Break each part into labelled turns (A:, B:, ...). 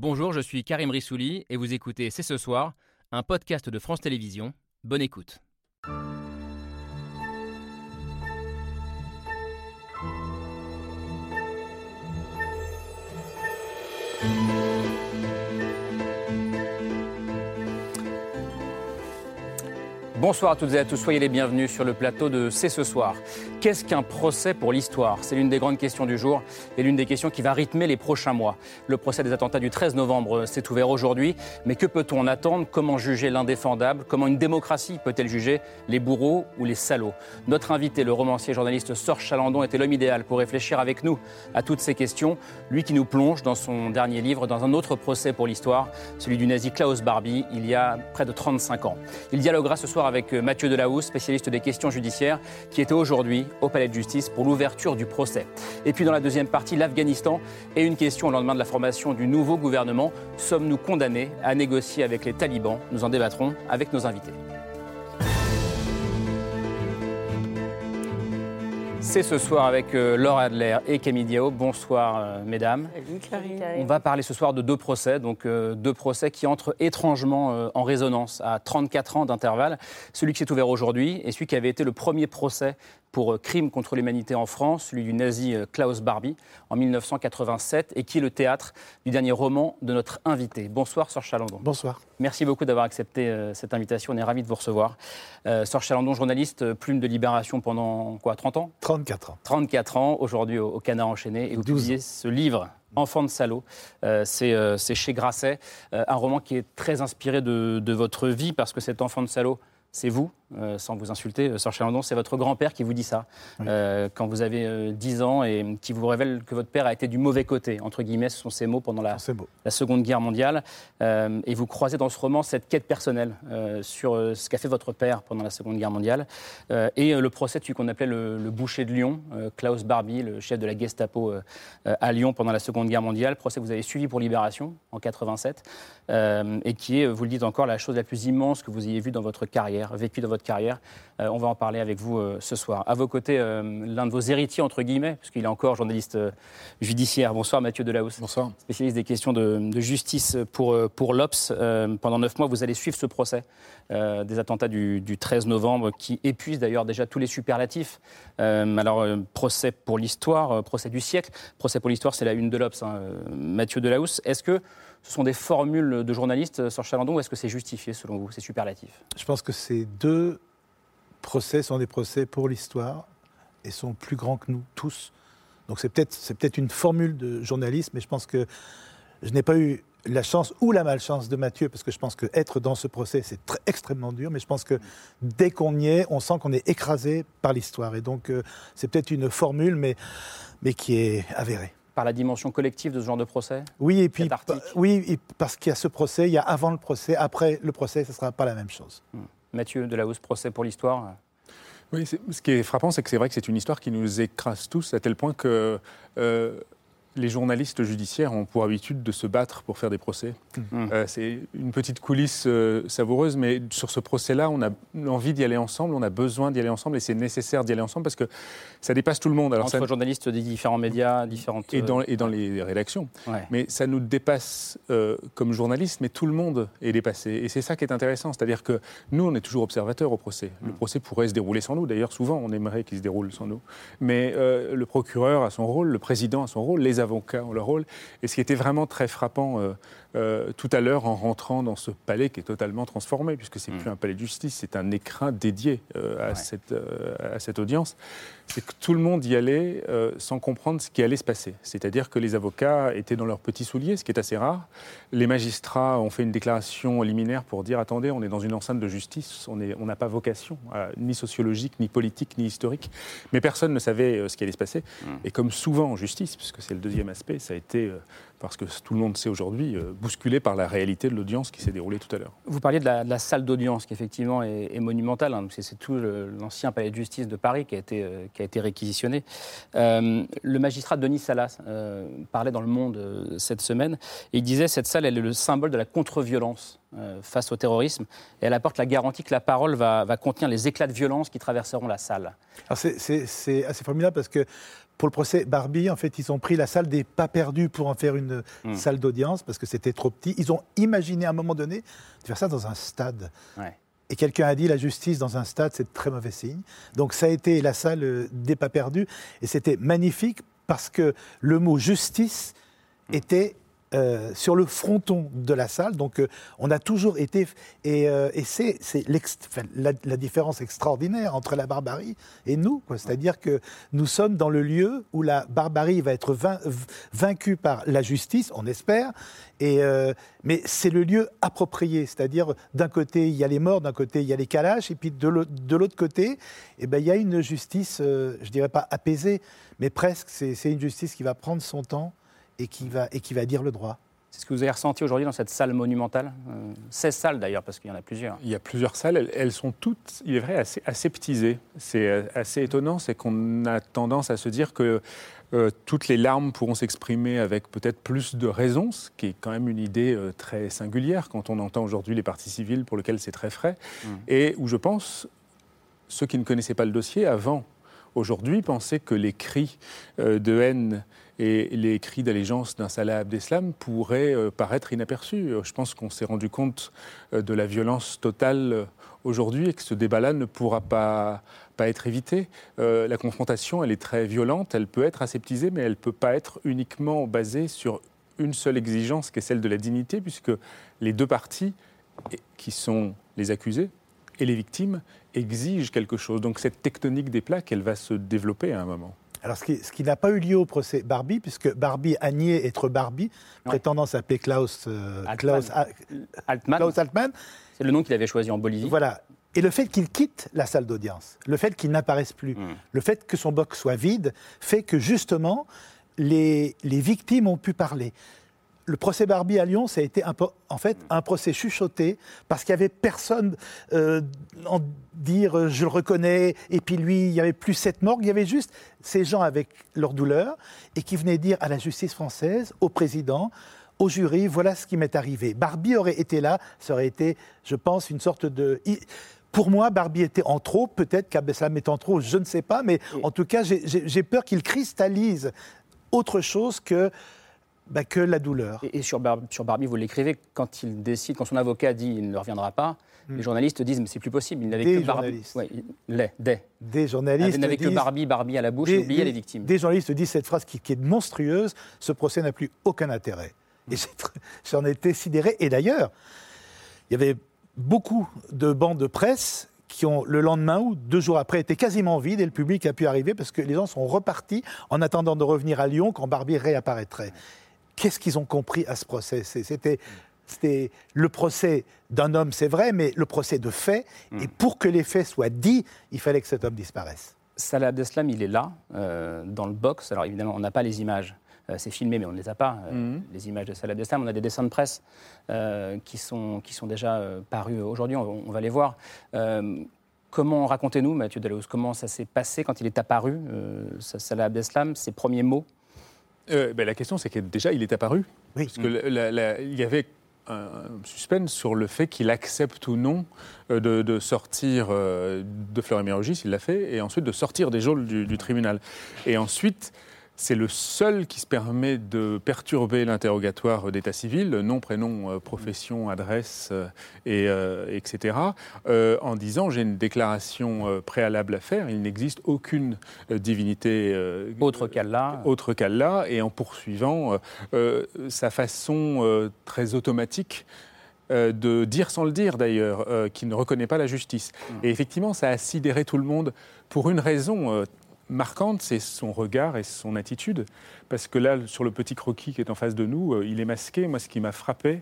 A: Bonjour, je suis Karim Rissouli et vous écoutez C'est ce soir, un podcast de France Télévisions. Bonne écoute. Bonsoir à toutes et à tous, soyez les bienvenus sur le plateau de C'est ce soir. Qu'est-ce qu'un procès pour l'histoire ? C'est l'une des grandes questions du jour et l'une des questions qui va rythmer les prochains mois. Le procès des attentats du 13 novembre s'est ouvert aujourd'hui, mais que peut-on en attendre ? Comment juger l'indéfendable ? Comment une démocratie peut-elle juger les bourreaux ou les salauds ? Notre invité, le romancier et journaliste Serge Chalandon, était l'homme idéal pour réfléchir avec nous à toutes ces questions. Lui qui nous plonge dans son dernier livre dans un autre procès pour l'histoire, celui du nazi Klaus Barbie, il y a près de 35 ans. Il dialoguera ce soir avec Mathieu Delahousse, spécialiste des questions judiciaires, qui était aujourd'hui au Palais de Justice pour l'ouverture du procès. Et puis dans la deuxième partie, l'Afghanistan et une question au lendemain de la formation du nouveau gouvernement. Sommes-nous condamnés à négocier avec les talibans ? Nous en débattrons avec nos invités. C'est ce soir avec Laure Adler et Camille Diao. Bonsoir mesdames.
B: Salut Clarisse.
A: On va parler ce soir de deux procès, donc deux procès qui entrent étrangement en résonance à 34 ans d'intervalle. Celui qui s'est ouvert aujourd'hui et celui qui avait été le premier procès pour crime contre l'humanité en France, celui du nazi Klaus Barbie en 1987 et qui est le théâtre du dernier roman de notre invité. Bonsoir Serge Chalandon.
C: Bonsoir.
A: Merci beaucoup d'avoir accepté cette invitation, on est ravis de vous recevoir. Serge Chalandon, journaliste, plume de Libération pendant 30 ans ?
C: 34 ans.
A: 34 ans, aujourd'hui au Canard enchaîné, et vous publiez ce livre, Enfant de salaud, c'est chez Grasset, un roman qui est très inspiré de votre vie, parce que cet enfant de salaud, c'est vous, sans vous insulter, Serge Chalandon, c'est votre grand-père qui vous dit ça, oui. Quand vous avez 10 ans et qui vous révèle que votre père a été du mauvais côté, entre guillemets, ce sont ces mots pendant la Seconde Guerre mondiale. Et vous croisez dans ce roman cette quête personnelle sur ce qu'a fait votre père pendant la Seconde Guerre mondiale. Et le procès de celui qu'on appelait le boucher de Lyon, Klaus Barbie, le chef de la Gestapo à Lyon pendant la Seconde Guerre mondiale, procès que vous avez suivi pour Libération en 87, et qui est, vous le dites encore, la chose la plus immense que vous ayez vue dans votre carrière, vécue dans votre carrière. On va en parler avec vous ce soir. À vos côtés, l'un de vos héritiers, entre guillemets, parce qu'il est encore journaliste judiciaire. Bonsoir Mathieu Delahousse.
C: Bonsoir. Spécialiste
A: des questions de justice pour l'Obs. Pendant 9 mois, vous allez suivre ce procès des attentats du 13 novembre qui épuise d'ailleurs déjà tous les superlatifs. Procès pour l'histoire, procès du siècle. Procès pour l'histoire, c'est la une de l'Obs, Mathieu Delahousse. Est-ce que ce sont des formules de journalistes, Serge Chalandon, ou est-ce que c'est justifié selon vous, c'est superlatif ?
C: Je pense que ces deux procès sont des procès pour l'histoire et sont plus grands que nous tous. Donc c'est peut-être une formule de journaliste, mais je pense que je n'ai pas eu la chance ou la malchance de Mathieu, parce que je pense qu'être dans ce procès, c'est extrêmement dur, mais je pense que dès qu'on y est, on sent qu'on est écrasé par l'histoire. Et donc c'est peut-être une formule, mais qui est avérée.
A: Par la dimension collective de ce genre de procès ?
C: Oui, et puis parce qu'il y a ce procès, il y a avant le procès, après le procès, ce ne sera pas la même chose.
A: Mathieu Delahousse, procès pour l'histoire ?
D: Oui, ce qui est frappant, c'est que c'est vrai que c'est une histoire qui nous écrase tous, à tel point que les journalistes judiciaires ont pour habitude de se battre pour faire des procès. C'est une petite coulisse savoureuse, mais sur ce procès-là, on a envie d'y aller ensemble, on a besoin d'y aller ensemble, et c'est nécessaire d'y aller ensemble parce que ça dépasse tout le monde. Alors,
A: entre journalistes des différents médias, différentes...
D: Et dans les rédactions. Ouais. Mais ça nous dépasse comme journalistes, mais tout le monde est dépassé. Et c'est ça qui est intéressant, c'est-à-dire que nous, on est toujours observateurs au procès. Le procès pourrait se dérouler sans nous, d'ailleurs souvent on aimerait qu'il se déroule sans nous. Mais le procureur a son rôle, le président a son rôle, les avocats ont leur rôle. Et ce qui était vraiment très frappant tout à l'heure en rentrant dans ce palais qui est totalement transformé, puisque c'est plus un palais de justice, c'est un écrin dédié à cette audience, c'est que tout le monde y allait sans comprendre ce qui allait se passer. C'est-à-dire que les avocats étaient dans leurs petits souliers, ce qui est assez rare. Les magistrats ont fait une déclaration liminaire pour dire « Attendez, on est dans une enceinte de justice, on n'a pas vocation, ni sociologique, ni politique, ni historique ». Mais personne ne savait ce qui allait se passer. Et comme souvent en justice, puisque c'est le deuxième aspect, ça a été, parce que tout le monde sait aujourd'hui, bousculé par la réalité de l'audience qui s'est déroulée tout à l'heure.
A: Vous parliez de la salle d'audience, qui effectivement est monumentale. C'est tout l'ancien palais de justice de Paris qui a été réquisitionné. Le magistrat Denis Salas parlait dans Le Monde cette semaine, et il disait cette salle, elle est le symbole de la contre-violence face au terrorisme, et elle apporte la garantie que la parole va contenir les éclats de violence qui traverseront la salle.
C: Alors c'est assez formidable parce que Pour le procès Barbie, en fait, ils ont pris la salle des pas perdus pour en faire une salle d'audience, parce que c'était trop petit. Ils ont imaginé à un moment donné de faire ça dans un stade. Ouais. Et quelqu'un a dit, la justice dans un stade, c'est de très mauvais signe. Donc ça a été la salle des pas perdus, et c'était magnifique, parce que le mot « justice » était sur le fronton de la salle. Donc on a toujours été... Et c'est la différence extraordinaire entre la barbarie et nous, quoi. C'est-à-dire que nous sommes dans le lieu où la barbarie va être vaincue par la justice, on espère, mais c'est le lieu approprié. C'est-à-dire, d'un côté, il y a les morts, d'un côté, il y a les calages, et puis de l'autre côté, il y a une justice, je ne dirais pas apaisée, mais presque, c'est une justice qui va prendre son temps et qui va dire le droit.
A: C'est ce que vous avez ressenti aujourd'hui dans cette salle monumentale 16 salles d'ailleurs, parce qu'il y en a plusieurs.
D: Il y a plusieurs salles, elles sont toutes, il est vrai, assez aseptisées. C'est assez étonnant, c'est qu'on a tendance à se dire que toutes les larmes pourront s'exprimer avec peut-être plus de raison, ce qui est quand même une idée très singulière quand on entend aujourd'hui les parties civiles pour lesquelles c'est très frais, et où je pense, ceux qui ne connaissaient pas le dossier avant, aujourd'hui, pensaient que les cris de haine et les cris d'allégeance d'un Salah Abdeslam pourraient paraître inaperçus. Je pense qu'on s'est rendu compte de la violence totale aujourd'hui et que ce débat-là ne pourra pas être évité. La confrontation, elle est très violente, elle peut être aseptisée, mais elle ne peut pas être uniquement basée sur une seule exigence, qui est celle de la dignité, puisque les deux parties, qui sont les accusés et les victimes, exigent quelque chose. Donc cette tectonique des plaques, elle va se développer à un moment.
C: Alors, ce qui n'a pas eu lieu au procès Barbie, puisque Barbie a nié être Barbie, prétendant s'appeler Klaus Altman.
A: C'est le nom qu'il avait choisi en Bolivie.
C: Voilà. Et le fait qu'il quitte la salle d'audience, le fait qu'il n'apparaisse plus, le fait que son box soit vide, fait que justement, les victimes ont pu parler. Le procès Barbie à Lyon, ça a été en fait un procès chuchoté, parce qu'il n'y avait personne en dire je le reconnais, et puis lui, il n'y avait plus cette morgue, il y avait juste ces gens avec leur douleur, et qui venaient dire à la justice française, au président, au jury, voilà ce qui m'est arrivé. Barbie aurait été là, ça aurait été, je pense, une sorte de... Pour moi, Barbie était en trop, peut-être qu'Abdeslam est en trop, je ne sais pas, mais en tout cas, j'ai peur qu'il cristallise autre chose que la douleur.
A: Et sur Barbie, vous l'écrivez, quand son avocat dit il ne reviendra pas, les journalistes disent mais c'est plus possible, il n'avait que Barbie.
C: Des journalistes
A: n'avait que Barbie à la bouche, et oubliait les victimes.
C: Des journalistes disent cette phrase qui est monstrueuse, ce procès n'a plus aucun intérêt. Et j'en étais sidéré. Et d'ailleurs, il y avait beaucoup de bancs de presse qui ont, le lendemain ou 2 jours après, été quasiment vides, et le public a pu arriver parce que les gens sont repartis en attendant de revenir à Lyon quand Barbie réapparaîtrait. Qu'est-ce qu'ils ont compris à ce procès ? C'était le procès d'un homme, c'est vrai, mais le procès de faits. Et pour que les faits soient dits, il fallait que cet homme disparaisse.
A: Salah Abdeslam, il est là, dans le box. Alors évidemment, on n'a pas les images. C'est filmé, mais on ne les a pas, les images de Salah Abdeslam. On a des dessins de presse qui sont déjà parus aujourd'hui. On va les voir. Racontez-nous, Mathieu Dalloz, comment ça s'est passé quand il est apparu, Salah Abdeslam, ses premiers mots?
D: La question, c'est que déjà, il est apparu. Oui. Parce que il y avait un suspense sur le fait qu'il accepte ou non de sortir de Fleury-Mérogis, il l'a fait, et ensuite de sortir des geôles du tribunal. Et ensuite, c'est le seul qui se permet de perturber l'interrogatoire d'état civil, nom, prénom, profession, adresse, etc., en disant « j'ai une déclaration préalable à faire, il n'existe aucune divinité
A: autre
D: qu'Allah », et en poursuivant sa façon très automatique de dire sans le dire d'ailleurs, qu'il ne reconnaît pas la justice. Et effectivement, ça a sidéré tout le monde pour une raison marquante, c'est son regard et son attitude. Parce que là, sur le petit croquis qui est en face de nous, il est masqué. Moi, ce qui m'a frappé,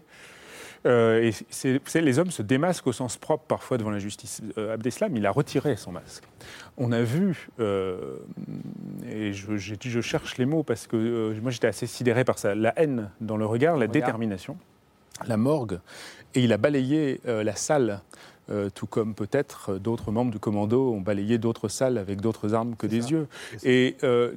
D: les hommes se démasquent au sens propre parfois devant la justice. Abdeslam, il a retiré son masque. On a vu, et je cherche les mots parce que moi j'étais assez sidéré par ça, la haine dans le regard, la détermination, la morgue, et il a balayé la salle. Tout comme peut-être d'autres membres du commando ont balayé d'autres salles avec d'autres armes que des yeux. Et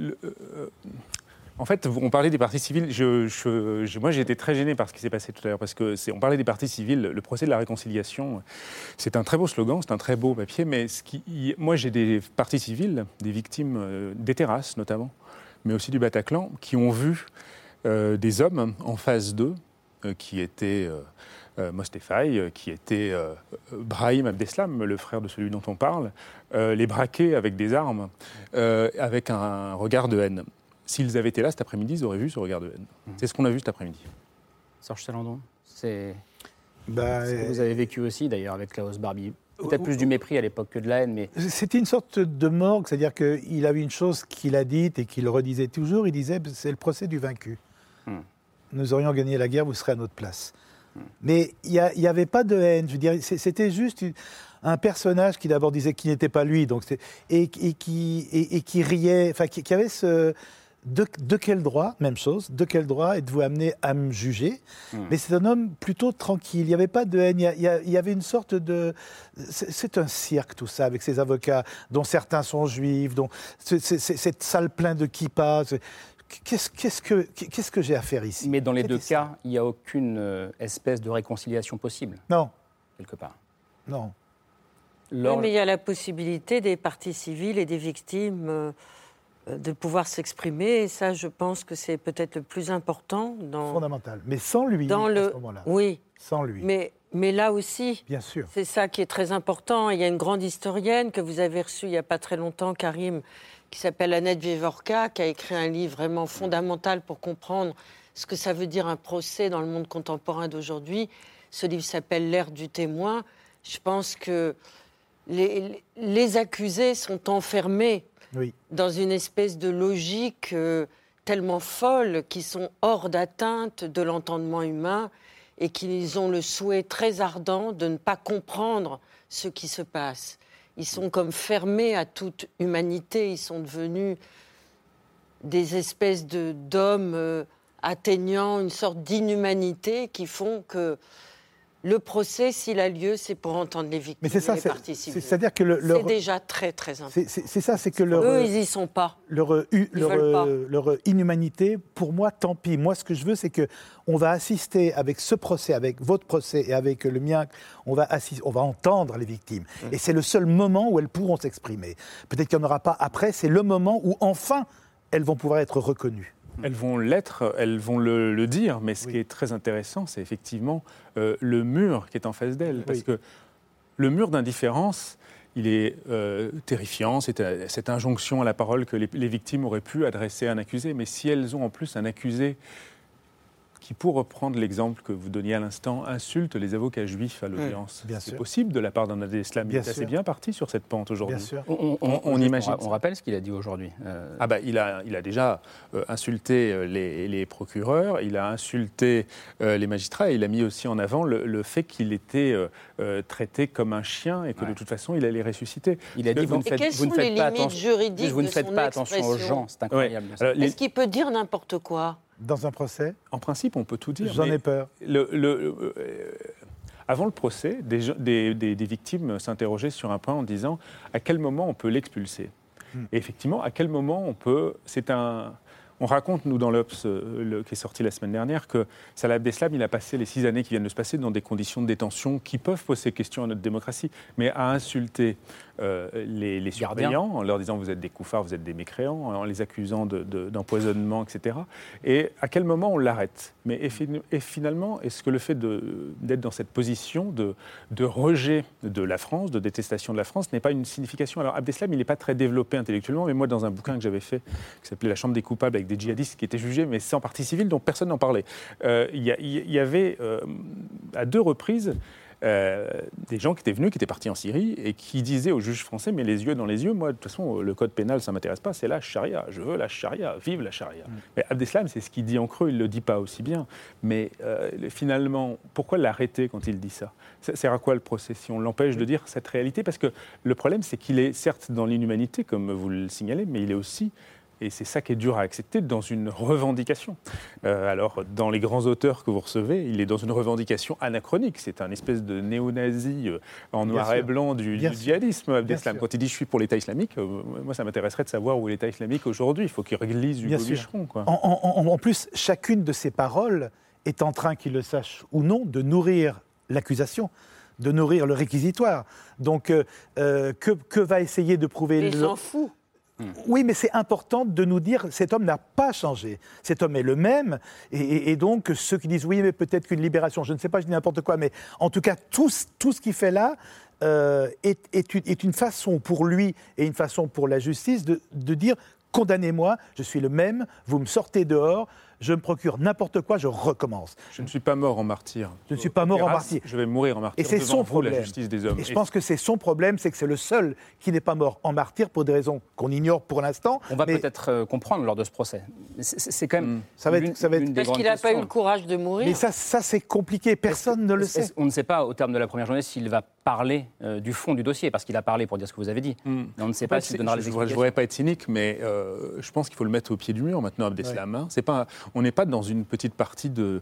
D: en fait, on parlait des parties civiles. Moi, j'ai été très gêné par ce qui s'est passé tout à l'heure, parce qu'on parlait des parties civiles. Le procès de la réconciliation, c'est un très beau slogan, c'est un très beau papier, mais moi, j'ai des parties civiles, des victimes des terrasses notamment, mais aussi du Bataclan, qui ont vu des hommes en phase 2, qui étaient Mostefai, qui était Brahim Abdeslam, le frère de celui dont on parle, les braquer avec des armes, avec un regard de haine. S'ils avaient été là cet après-midi, ils auraient vu ce regard de haine. C'est ce qu'on a vu cet après-midi.
A: Serge Salandon, c'est ce que vous avez vécu aussi d'ailleurs avec Klaus Barbie. Peut-être plus du mépris à l'époque que de la haine, mais...
C: C'était une sorte de morgue, c'est-à-dire qu'il avait une chose qu'il a dite et qu'il redisait toujours, il disait « c'est le procès du vaincu. Nous aurions gagné la guerre, vous serez à notre place. » Mais il n'y avait pas de haine, je veux dire, c'était juste un personnage qui d'abord disait qu'il n'était pas lui, donc et qui riait, enfin qui avait ce... De quel droit, même chose, de quel droit êtes-vous amené à me juger ? Mais c'est un homme plutôt tranquille, il n'y avait pas de haine, il y avait une sorte de... C'est un cirque tout ça, avec ces avocats dont certains sont juifs, dont cette salle pleine de kippas. Qu'est-ce que j'ai à faire ici ?
A: Mais dans les deux cas, il n'y a aucune espèce de réconciliation possible.
C: Non.
A: Quelque part.
C: Non.
B: Oui, mais il y a la possibilité des parties civiles et des victimes... de pouvoir s'exprimer, et ça, je pense que c'est peut-être le plus important.
C: Fondamental. Mais sans lui, à ce moment-là.
B: Oui.
C: Sans lui.
B: Mais là aussi,
C: bien sûr.
B: C'est ça qui est très important. Il y a une grande historienne que vous avez reçue il n'y a pas très longtemps, Karim, qui s'appelle Annette Vivorka, qui a écrit un livre vraiment fondamental pour comprendre ce que ça veut dire un procès dans le monde contemporain d'aujourd'hui. Ce livre s'appelle « L'ère du témoin ». Je pense que les accusés sont enfermés dans une espèce de logique tellement folle, qui sont hors d'atteinte de l'entendement humain et qu'ils ont le souhait très ardent de ne pas comprendre ce qui se passe. Ils sont comme fermés à toute humanité, ils sont devenus des espèces d'hommes atteignant une sorte d'inhumanité qui font que le procès, s'il a lieu, c'est pour entendre les victimes et les parties civiles.
C: C'est-à-dire que
B: c'est déjà très, très important.
C: C'est ça, c'est que
B: eux, ils n'y sont pas.
C: Leur inhumanité, pour moi, tant pis. Moi, ce que je veux, c'est qu'on va assister avec ce procès, avec votre procès et avec le mien, on va entendre les victimes. Et c'est le seul moment où elles pourront s'exprimer. Peut-être qu'il n'y en aura pas après, c'est le moment où, enfin, elles vont pouvoir être reconnues.
D: Elles vont l'être, elles vont le dire, mais ce qui est très intéressant, c'est effectivement le mur qui est en face d'elles. Parce que le mur d'indifférence, il est terrifiant, c'est cette injonction à la parole que les victimes auraient pu adresser à un accusé. Mais si elles ont en plus un accusé qui, pour reprendre l'exemple que vous donniez à l'instant, insulte les avocats juifs à l'audience. C'est possible de la part d'un Abdeslam. Il est assez bien parti sur cette pente aujourd'hui. On imagine.
A: On rappelle ce qu'il a dit aujourd'hui.
D: Il a déjà insulté les procureurs, il a insulté les magistrats, et il a mis aussi en avant le fait qu'il était traité comme un chien et que de toute façon il allait ressusciter.
A: Il a dit vous ne faites pas attention aux gens, c'est incroyable.
B: Est-ce qu'il peut dire n'importe quoi ?
C: Dans un procès ?
D: En principe, on peut tout dire.
C: J'en ai peur.
D: Avant le procès, des victimes s'interrogeaient sur un point en disant à quel moment on peut l'expulser. Et effectivement, à quel moment on peut... On raconte, nous, dans l'Obs, qui est sorti la semaine dernière, que Salah Abdeslam, il a passé les 6 années qui viennent de se passer dans des conditions de détention qui peuvent poser question à notre démocratie, mais à insulter les surveillants en leur disant vous êtes des koufars, vous êtes des mécréants, en les accusant d'empoisonnement, etc. Et à quel moment on l'arrête ? Et finalement, est-ce que le fait d'être dans cette position de rejet de la France, de détestation de la France, n'est pas une signification ? Alors Abdeslam, il n'est pas très développé intellectuellement, mais moi, dans un bouquin que j'avais fait, qui s'appelait La Chambre des coupables, avec des djihadistes qui étaient jugés, mais sans partie civile, dont personne n'en parlait. Il y avait, à 2 reprises, des gens qui étaient venus, qui étaient partis en Syrie, et qui disaient aux juges français, mais les yeux dans les yeux, moi, de toute façon, le code pénal, ça ne m'intéresse pas, c'est la charia, je veux la charia, vive la charia. Mais Abdeslam, c'est ce qu'il dit en creux, il ne le dit pas aussi bien. Mais finalement, pourquoi l'arrêter quand il dit ça ? Ça sert à quoi le procès si on l'empêche de dire cette réalité ? Parce que le problème, c'est qu'il est certes dans l'inhumanité, comme vous le signalez, mais il est aussi... Et c'est ça qui est dur à accepter, dans une revendication. Alors, dans les grands auteurs que vous recevez, il est dans une revendication anachronique. C'est un espèce de néo-nazi en noir et blanc du djihadisme, Abdeslam. Quand il dit « je suis pour l'État islamique », moi, ça m'intéresserait de savoir où est l'État islamique aujourd'hui. Il faut qu'il relise Hugo Bicheron.
C: En plus, chacune de ces paroles est en train, qu'il le sache ou non, de nourrir l'accusation, de nourrir le réquisitoire. Donc, que va essayer de prouver...
B: Il s'en fout.
C: Oui, mais c'est important de nous dire cet homme n'a pas changé. Cet homme est le même. Et donc, ceux qui disent oui, mais peut-être qu'une libération, je ne sais pas, je dis n'importe quoi, mais en tout cas, tout ce qu'il fait là est une façon pour lui et une façon pour la justice de dire condamnez-moi, je suis le même, vous me sortez dehors, je me procure n'importe quoi, je recommence.
D: Je ne suis pas mort en martyr.
C: Je ne suis pas mort en martyr.
D: Je vais mourir en martyr.
C: Et c'est son problème.
D: La justice des hommes.
C: Et je pense que c'est son problème, c'est que c'est le seul qui n'est pas mort en martyr pour des raisons qu'on ignore pour l'instant.
A: On va peut-être comprendre lors de ce procès. C'est quand même
C: ça va être
B: parce qu'il n'a pas eu le courage de mourir.
C: Mais ça c'est compliqué, personne ne le sait.
A: On ne sait pas, au terme de la première journée, s'il va parler du fond du dossier, parce qu'il a parlé pour dire ce que vous avez dit. Mais on ne sait pas s'il donnera les explications.
D: Je ne voudrais pas être cynique, mais je pense qu'il faut le mettre au pied du mur maintenant, Abdeslam. Hein. On n'est pas dans une petite partie de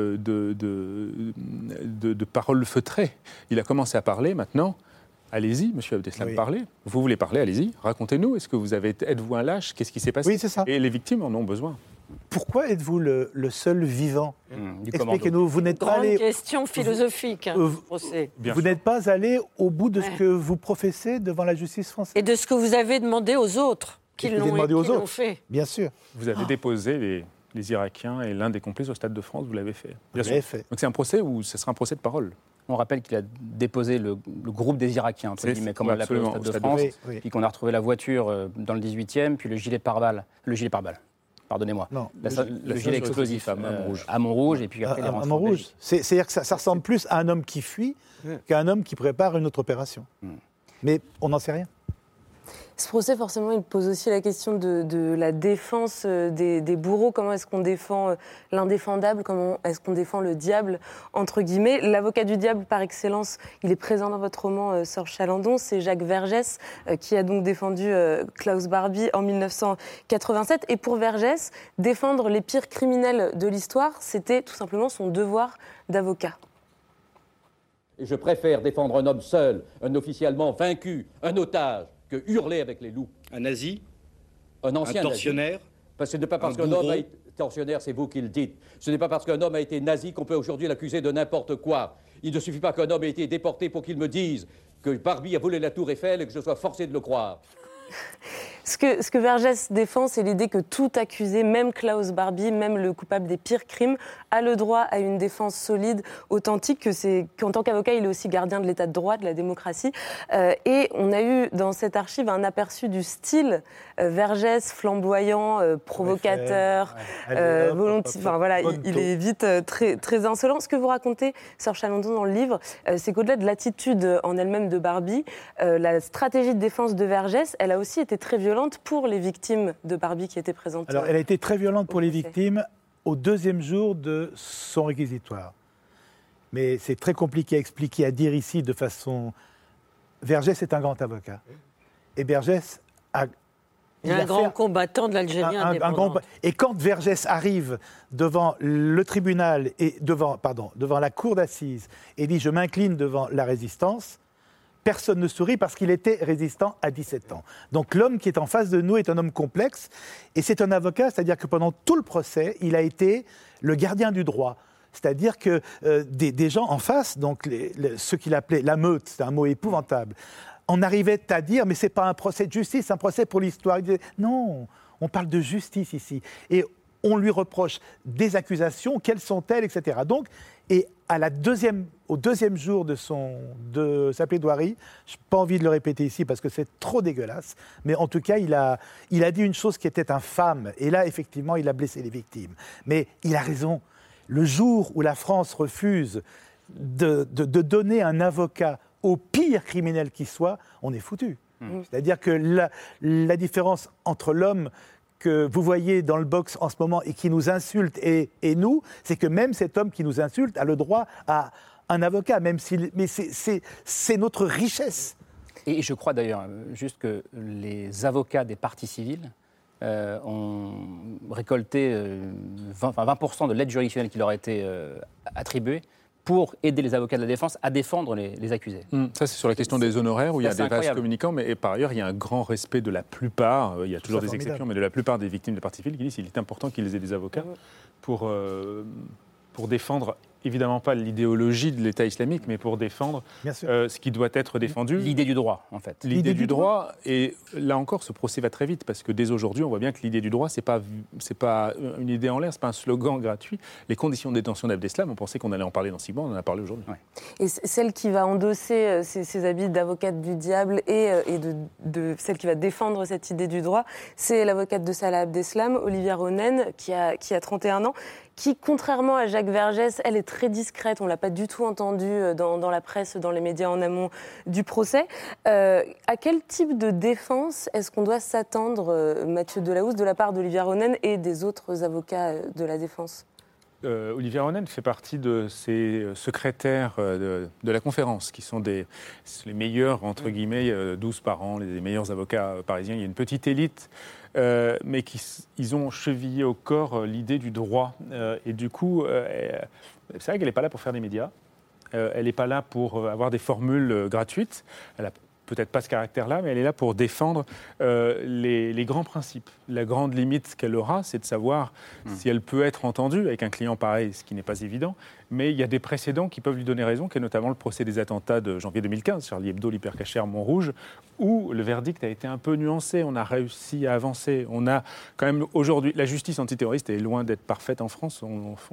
D: paroles feutrées. Il a commencé à parler maintenant. Allez-y, monsieur Abdeslam, parlez. Vous voulez parler, allez-y. Racontez-nous. Êtes-vous un lâche? Qu'est-ce qui s'est passé?
C: Oui, c'est ça.
D: Et les victimes en ont besoin.
C: Pourquoi êtes-vous le seul vivant? Expliquez-nous. Vous n'êtes pas allé.
B: Grande question philosophique.
C: Vous n'êtes pas allé au bout de ce que vous professez devant la justice française.
B: Et de ce que vous avez demandé aux autres, qui l'ont fait.
C: Bien sûr.
D: Vous avez déposé les Irakiens et l'un des complices au Stade de France, vous l'avez fait.
C: Bien sûr. Fait.
D: Donc c'est un procès ou ce sera un procès de parole?
A: On rappelle qu'il a déposé le groupe des Irakiens, entre guillemets, comme on l'appelle au Stade de France, puis qu'on a retrouvé la voiture dans le 18e, puis le gilet pare-balles, pardonnez-moi, le gilet explosif à Montrouge, et puis après il est rentré en Belgique.
C: C'est-à-dire que ça ressemble plus à un homme qui fuit qu'à un homme qui prépare une autre opération. Mais on n'en sait rien.
E: Ce procès, forcément, il pose aussi la question de la défense des bourreaux. Comment est-ce qu'on défend l'indéfendable? Comment est-ce qu'on défend le diable, entre guillemets? L'avocat du diable, par excellence, il est présent dans votre roman Serge Chalandon. C'est Jacques Vergès qui a donc défendu Klaus Barbie en 1987. Et pour Vergès, défendre les pires criminels de l'histoire, c'était tout simplement son devoir d'avocat.
F: Je préfère défendre un homme seul, un officiellement vaincu, un otage, que hurler avec les loups.
G: Un nazi?
F: Un ancien
G: un tortionnaire?
F: Nazi. Parce que ce n'est pas parce qu'un homme a été tortionnaire, c'est vous qui le dites. Ce n'est pas parce qu'un homme a été nazi qu'on peut aujourd'hui l'accuser de n'importe quoi. Il ne suffit pas qu'un homme ait été déporté pour qu'il me dise que Barbie a volé la tour Eiffel et que je sois forcé de le croire.
E: Ce que Vergès défend, c'est l'idée que tout accusé, même Klaus Barbie, même le coupable des pires crimes, a le droit à une défense solide, authentique, qu'en tant qu'avocat, il est aussi gardien de l'état de droit, de la démocratie. Et on a eu dans cette archive un aperçu du style Vergès, flamboyant, provocateur, volontiers. Enfin voilà, il est vite très, très insolent. Ce que vous racontez, Serge Chalandon, dans le livre, c'est qu'au-delà de l'attitude en elle-même de Barbie, la stratégie de défense de Vergès, elle a aussi été très violente pour les victimes de Barbie qui étaient présentes.
C: Alors, elle a été très violente pour les victimes au deuxième jour de son réquisitoire. Mais c'est très compliqué à expliquer, à dire ici de façon... Vergès est un grand avocat. Et Vergès a...
B: Il est un grand combattant de l'Algérie indépendante.
C: Et quand Vergès arrive devant le tribunal, et devant la cour d'assises, et dit « je m'incline devant la résistance », personne ne sourit parce qu'il était résistant à 17 ans. Donc l'homme qui est en face de nous est un homme complexe et c'est un avocat, c'est-à-dire que pendant tout le procès, il a été le gardien du droit. C'est-à-dire que des gens en face, donc ceux qu'il appelait la meute, c'est un mot épouvantable, on arrivait à dire mais c'est pas un procès de justice, c'est un procès pour l'histoire. Il disait non, on parle de justice ici. Et on lui reproche des accusations, quelles sont-elles, etc. Donc, et au deuxième jour de sa plaidoirie, je n'ai pas envie de le répéter ici parce que c'est trop dégueulasse, mais en tout cas, il a dit une chose qui était infâme. Et là, effectivement, il a blessé les victimes. Mais il a raison. Le jour où la France refuse de donner un avocat au pire criminel qui soit, on est foutu. C'est-à-dire que la différence entre l'homme que vous voyez dans le box en ce moment et qui nous insulte et nous, c'est que même cet homme qui nous insulte a le droit à un avocat, mais c'est notre richesse.
A: Et je crois d'ailleurs juste que les avocats des parties civiles ont récolté 20% de l'aide juridictionnelle qui leur a été attribuée pour aider les avocats de la défense à défendre les accusés.
D: Ça, c'est sur la question des honoraires, où il y a des vases communicants, mais par ailleurs, il y a un grand respect de la plupart, il y a toujours des exceptions, mais de la plupart des victimes des parties civiles qui disent qu'il est important qu'ils aient des avocats pour défendre évidemment pas l'idéologie de l'État islamique, mais pour défendre ce qui doit être défendu.
A: L'idée du droit, en fait.
D: L'idée du droit, et là encore, ce procès va très vite, parce que dès aujourd'hui, on voit bien que l'idée du droit, c'est pas une idée en l'air, c'est pas un slogan gratuit. Les conditions de détention d'Abdeslam, on pensait qu'on allait en parler dans 6 mois, on en a parlé aujourd'hui.
E: Ouais. Et celle qui va endosser ces habits d'avocate du diable et de celle qui va défendre cette idée du droit, c'est l'avocate de Salah Abdeslam, Olivia Ronen, qui a 31 ans, qui, contrairement à Jacques Vergès, elle est très discrète. On ne l'a pas du tout entendue dans la presse, dans les médias en amont du procès. À quel type de défense est-ce qu'on doit s'attendre, Mathieu Delahousse, de la part d'Olivia Ronen et des autres avocats de la défense ?
D: Olivia Ronen fait partie de ces secrétaires de la conférence, qui sont les meilleurs, entre guillemets, 12 par an, les meilleurs avocats parisiens. Il y a une petite élite, mais ils ont chevillé au corps l'idée du droit. Et du coup, c'est vrai qu'elle n'est pas là pour faire des médias. Elle n'est pas là pour avoir des formules gratuites. Elle a peut-être pas ce caractère-là, mais elle est là pour défendre les grands principes. La grande limite qu'elle aura, c'est de savoir si elle peut être entendue avec un client pareil, ce qui n'est pas évident. Mais il y a des précédents qui peuvent lui donner raison, qui est notamment le procès des attentats de janvier 2015, Charlie Hebdo, l'hypercachère Montrouge, où le verdict a été un peu nuancé. On a réussi à avancer. On a quand même aujourd'hui, la justice antiterroriste est loin d'être parfaite en France.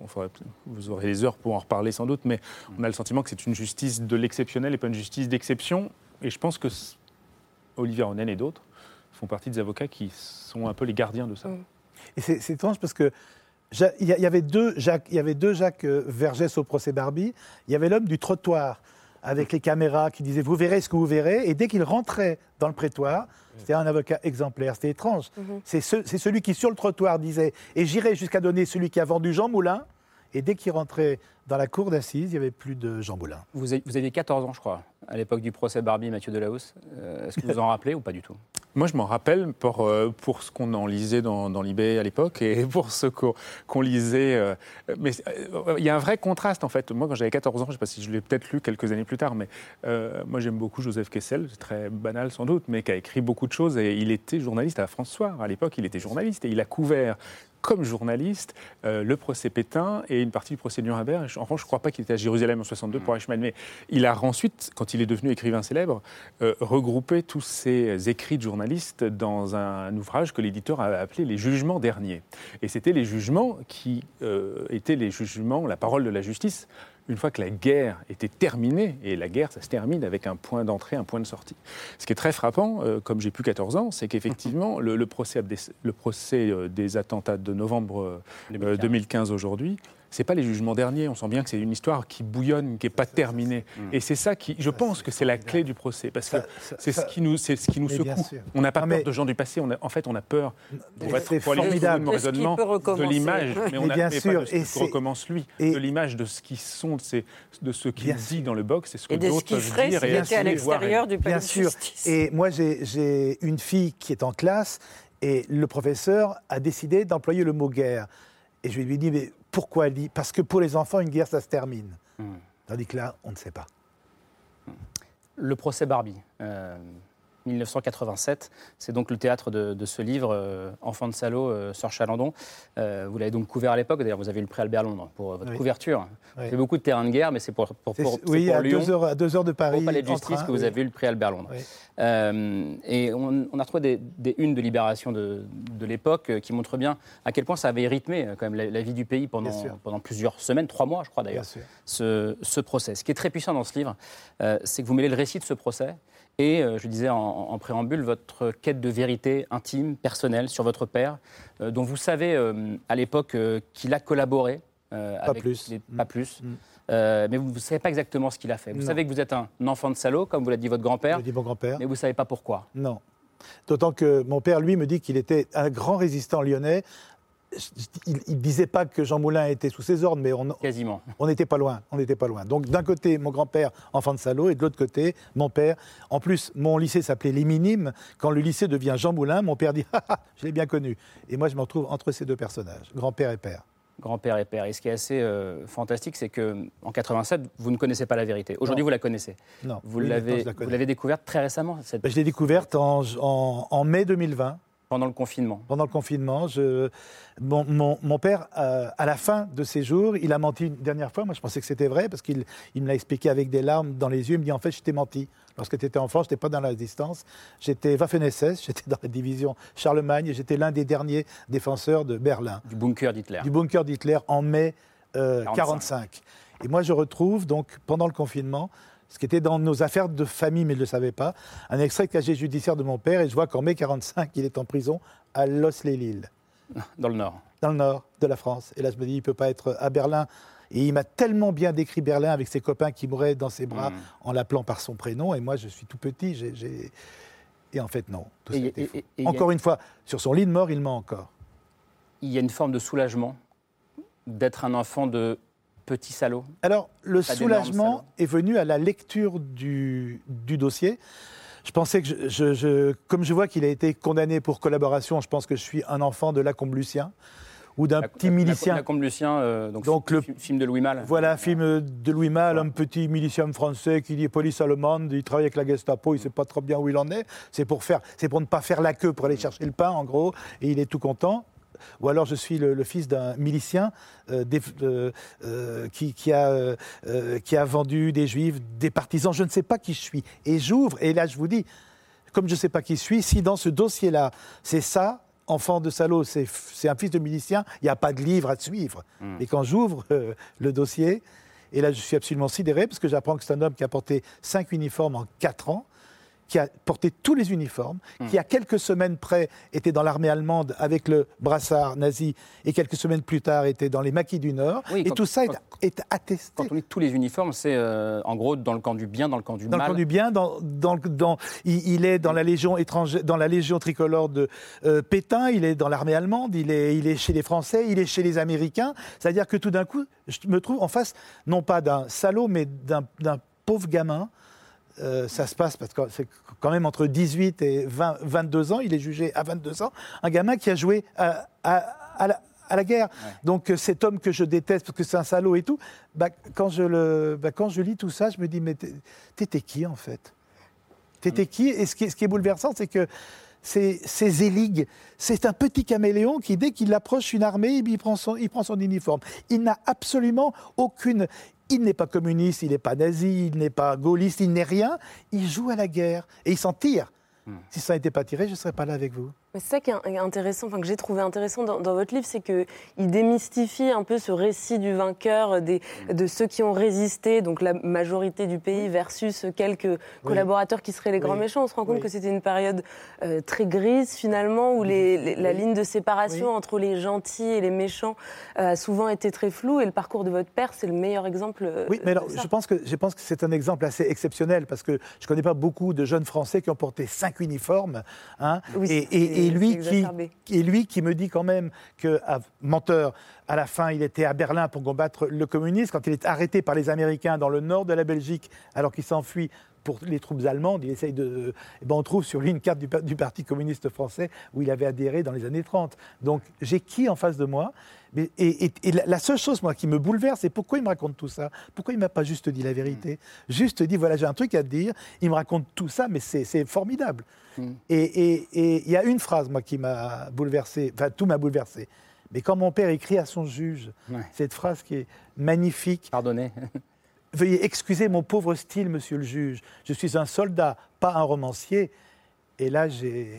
D: Vous aurez les heures pour en reparler sans doute, mais on a le sentiment que c'est une justice de l'exceptionnel et pas une justice d'exception. Et je pense que Olivia Ronen et d'autres font partie des avocats qui sont un peu les gardiens de ça.
C: Et c'est étrange parce que il y avait deux Jacques Vergès au procès Barbie. Il y avait l'homme du trottoir avec les caméras qui disait « vous verrez ce que vous verrez ». Et dès qu'il rentrait dans le prétoire, c'était un avocat exemplaire. C'était étrange. C'est celui qui, sur le trottoir, disait « et j'irai jusqu'à donner celui qui a vendu Jean Moulin ». Et dès qu'il rentrait dans la cour d'assises, il n'y avait plus de Jean Moulin.
A: Vous aviez 14 ans, je crois, à l'époque du procès Barbie, Mathieu Delahousse. Est-ce que vous en rappelez ou pas du tout ?
D: Moi, je m'en rappelle pour ce qu'on en lisait dans l'IB à l'époque et pour ce qu'on lisait. Mais il y a un vrai contraste, en fait. Moi, quand j'avais 14 ans, je ne sais pas si je l'ai peut-être lu quelques années plus tard, mais moi, j'aime beaucoup Joseph Kessel, c'est très banal sans doute, mais qui a écrit beaucoup de choses. Et il était journaliste à la France Soir. À l'époque, il était journaliste et il a couvert comme journaliste le procès Pétain et une partie du procès Nuremberg. En revanche, je ne crois pas qu'il était à Jérusalem en 62 pour Eichmann, mais il a ensuite, quand il est devenu écrivain célèbre, regroupé tous ses écrits de journaliste dans un ouvrage que l'éditeur a appelé « Les jugements derniers ». Et c'était les jugements qui étaient les jugements, la parole de la justice, une fois que la guerre était terminée, et la guerre, ça se termine avec un point d'entrée, un point de sortie. Ce qui est très frappant, comme j'ai plus 14 ans, c'est qu'effectivement, le procès des attentats de novembre 2015 aujourd'hui, c'est pas les jugements derniers. On sent bien que c'est une histoire qui bouillonne, qui n'est pas terminée. Et c'est ça qui, je pense que c'est la clé du procès, parce que c'est ce qui nous secoue. On n'a pas peur de gens du passé. En fait, on a peur, pour aller au mon raisonnement, de l'image. Mais on a pas de ce qui recommence lui, de l'image de ce qui sont, de ce qu'il dit dans le box, c'est ce que d'autres peuvent dire.
B: Et de ce qu'il ferait s'il était à l'extérieur du palais de justice.
C: Et moi, j'ai une fille qui est en classe, et le professeur a décidé d'employer le mot guerre. Et je lui ai dit, mais pourquoi? Elle dit, parce que pour les enfants, une guerre, ça se termine. Tandis que là, on ne sait pas.
A: Le procès Barbie, 1987, c'est donc le théâtre de ce livre, Enfant de salaud, Sœur Chalandon. Vous l'avez donc couvert à l'époque, d'ailleurs, vous avez eu le prix Albert Londres pour votre couverture. C'est beaucoup de terrain de guerre, mais c'est pour
C: oui, à
A: Lyon,
C: à 2 heures de Paris,
A: au Palais de Justice, que vous avez eu le prix Albert Londres.
C: Oui.
A: Et on a retrouvé des unes de Libération de l'époque qui montrent bien à quel point ça avait rythmé quand même la vie du pays pendant plusieurs semaines, 3 mois, je crois d'ailleurs, ce procès. Ce qui est très puissant dans ce livre, c'est que vous mêlez le récit de ce procès et, je disais en préambule, votre quête de vérité intime, personnelle, sur votre père, dont vous savez à l'époque qu'il a collaboré avec pas plus. Mais vous ne savez pas exactement ce qu'il a fait. Vous savez que vous êtes un enfant de salaud, comme vous l'a dit votre grand-père.
C: Je l'ai dit mon grand-père.
A: Mais vous ne savez pas pourquoi.
C: Non. D'autant que mon père, lui, me dit qu'il était un grand résistant lyonnais. Il ne disait pas que Jean Moulin était sous ses ordres, mais
A: quasiment.
C: On n'était pas loin. Donc d'un côté, mon grand-père, enfant de salaud, et de l'autre côté, mon père. En plus, mon lycée s'appelait Les Minimes. Quand le lycée devient Jean Moulin, mon père dit « Ah, je l'ai bien connu ». Et moi, je me retrouve entre ces deux personnages, grand-père et père.
A: Grand-père et père. Et ce qui est assez fantastique, c'est qu'en 87, vous ne connaissez pas la vérité. Aujourd'hui, vous la connaissez.
C: Non.
A: Vous l'avez découverte très récemment.
C: Je l'ai découverte en mai 2020.
A: Pendant le confinement.
C: Pendant le confinement, mon père, à la fin de ses jours, il a menti une dernière fois. Moi, je pensais que c'était vrai parce qu'il me l'a expliqué avec des larmes dans les yeux. Il me dit, en fait, je t'ai menti. Lorsque tu étais enfant, je n'étais pas dans la résistance. J'étais Waffen-SS, j'étais dans la division Charlemagne et j'étais l'un des derniers défenseurs de Berlin.
A: Du bunker d'Hitler.
C: Du bunker d'Hitler en mai 1945. Et moi, je retrouve, donc, pendant le confinement, ce qui était dans nos affaires de famille, mais je ne le savais pas, un extrait de casier judiciaire de mon père, et je vois qu'en mai 1945, il est en prison à Los-les-Lilles.
A: Dans le Nord.
C: Dans le Nord de la France. Et là, je me dis, il ne peut pas être à Berlin. Et il m'a tellement bien décrit Berlin avec ses copains qui mouraient dans ses bras en l'appelant par son prénom. Et moi, je suis tout petit. Et en fait, non. Tout ça était faux. Encore une fois, sur son lit de mort, il ment encore.
A: Il y a une forme de soulagement d'être un enfant de petit salaud.
C: Alors, le soulagement est venu à la lecture du dossier. Je pensais que, comme je vois qu'il a été condamné pour collaboration, je pense que je suis un enfant de Lacombe Lucien ou d'un petit milicien.
A: Lacombe Lucien, donc le film de Louis Malle.
C: Voilà, film de Louis Malle, un petit milicien français qui dit police allemande, il travaille avec la Gestapo, il ne sait pas trop bien où il en est. C'est pour ne pas faire la queue pour aller chercher le pain, en gros, et il est tout content. Ou alors je suis le fils d'un milicien qui a vendu des juifs, des partisans, je ne sais pas qui je suis. Et j'ouvre, et là je vous dis, comme je ne sais pas qui je suis, si dans ce dossier-là, c'est ça, enfant de salaud, c'est un fils de milicien, il n'y a pas de livre à suivre. Et quand j'ouvre le dossier, et là je suis absolument sidéré, parce que j'apprends que c'est un homme qui a porté 5 uniformes en 4 ans, qui a porté tous les uniformes, qui, à quelques semaines près, était dans l'armée allemande avec le brassard nazi, et quelques semaines plus tard, était dans les maquis du Nord. Oui, et tout ça est attesté.
A: Quand on dit tous les uniformes, c'est en gros dans le camp du bien, dans le camp du mal.
C: Dans le camp du bien, il est dans la Légion étrangère, dans la Légion tricolore de Pétain, il est dans l'armée allemande, il est chez les Français, il est chez les Américains. C'est-à-dire que tout d'un coup, je me trouve en face, non pas d'un salaud, mais d'un pauvre gamin. Ça se passe parce que c'est quand même entre 18 et 22 ans, il est jugé à 22 ans, un gamin qui a joué à la guerre. Ouais. Donc cet homme que je déteste parce que c'est un salaud et tout, quand je lis tout ça, je me dis, mais t'étais qui en fait ? T'étais qui ? Et ce qui est bouleversant, c'est que c'est Zelig, c'est un petit caméléon qui, dès qu'il approche une armée, il prend son uniforme. Il n'a absolument aucune... Il n'est pas communiste, il n'est pas nazi, il n'est pas gaulliste, il n'est rien. Il joue à la guerre et il s'en tire. Si ça n'était pas tiré, je ne serais pas là avec vous.
E: Mais c'est ça qui est intéressant, que j'ai trouvé intéressant dans votre livre, c'est qu'il démystifie un peu ce récit du vainqueur, de ceux qui ont résisté, donc la majorité du pays versus quelques collaborateurs qui seraient les grands méchants. On se rend compte que c'était une période très grise finalement, où la ligne de séparation entre les gentils et les méchants a souvent été très floue, et le parcours de votre père, c'est le meilleur exemple.
C: Oui, mais alors je pense que c'est un exemple assez exceptionnel, parce que je ne connais pas beaucoup de jeunes Français qui ont porté 5 uniformes, hein, et lui qui me dit quand même que, menteur, à la fin, il était à Berlin pour combattre le communisme. Quand il est arrêté par les Américains dans le nord de la Belgique, alors qu'il s'enfuit pour les troupes allemandes, il essaye de... on trouve sur lui une carte du Parti communiste français où il avait adhéré dans les années 30. Donc, j'ai qui en face de moi ? Et la seule chose, moi, qui me bouleverse, c'est pourquoi il me raconte tout ça ? Pourquoi il ne m'a pas juste dit la vérité ? Juste dit, voilà, j'ai un truc à te dire, il me raconte tout ça, mais c'est formidable. Et il y a une phrase, moi, qui m'a bouleversé, enfin, tout m'a bouleversé. Mais quand mon père écrit à son juge, cette phrase qui est magnifique...
A: Pardonnez.
C: Veuillez excuser mon pauvre style, monsieur le juge. Je suis un soldat, pas un romancier. Et là,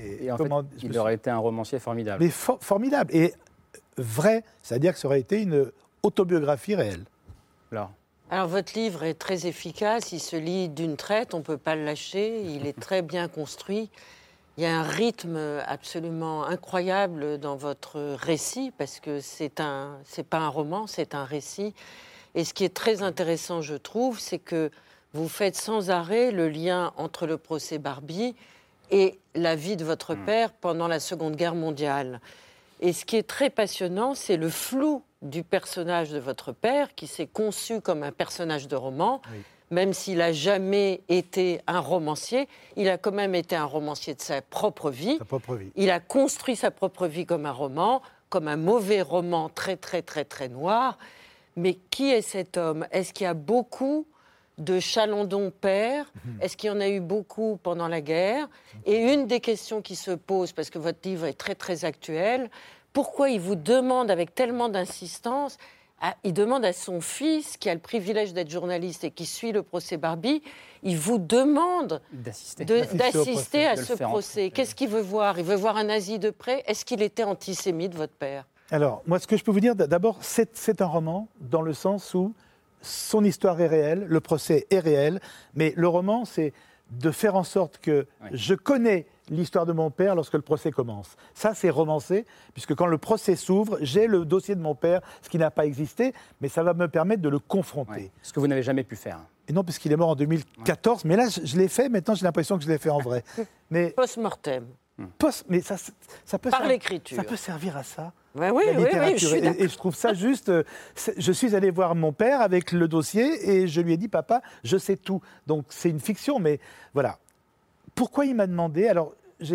A: il aurait été un romancier formidable.
C: Mais formidable. Et vrai, c'est-à-dire que ça aurait été une autobiographie réelle.
B: Alors, votre livre est très efficace. Il se lit d'une traite. On ne peut pas le lâcher. Il est très bien construit. Il y a un rythme absolument incroyable dans votre récit, parce que c'est pas un roman, c'est un récit. Et ce qui est très intéressant, je trouve, c'est que vous faites sans arrêt le lien entre le procès Barbie et la vie de votre père pendant la Seconde Guerre mondiale. Et ce qui est très passionnant, c'est le flou du personnage de votre père, qui s'est conçu comme un personnage de roman. Oui. Même s'il n'a jamais été un romancier, il a quand même été un romancier de sa propre vie. Il a construit sa propre vie comme un roman, comme un mauvais roman très, très, très, très noir. Mais qui est cet homme ? Est-ce qu'il y a beaucoup de Chalandon père. Est-ce qu'il y en a eu beaucoup pendant la guerre? Et une des questions qui se pose, parce que votre livre est très très actuel, pourquoi il vous demande avec tellement d'insistance, il demande à son fils, qui a le privilège d'être journaliste et qui suit le procès Barbie, il vous demande d'assister à ce procès. Qu'est-ce qu'il veut voir? Il veut voir un nazi de près. Est-ce qu'il était antisémite, votre père?
C: Alors, moi, ce que je peux vous dire, d'abord, c'est un roman dans le sens où son histoire est réelle, le procès est réel, mais le roman, c'est de faire en sorte que je connais l'histoire de mon père lorsque le procès commence. Ça, c'est romancé, puisque quand le procès s'ouvre, j'ai le dossier de mon père, ce qui n'a pas existé, mais ça va me permettre de le confronter.
A: Ouais. Ce que vous n'avez jamais pu faire.
C: Et non, puisqu'il est mort en 2014, mais là, je l'ai fait, maintenant j'ai l'impression que je l'ai fait en vrai. Mais
B: Post-mortem.
C: mais ça peut
B: Par l'écriture.
C: Ça peut servir à ça.
B: Ouais, oui,
C: la littérature.
B: je suis d'accord.
C: Et je trouve ça juste. Je suis allé voir mon père avec le dossier et je lui ai dit, papa, je sais tout. Donc c'est une fiction, mais voilà. Pourquoi il m'a demandé? Alors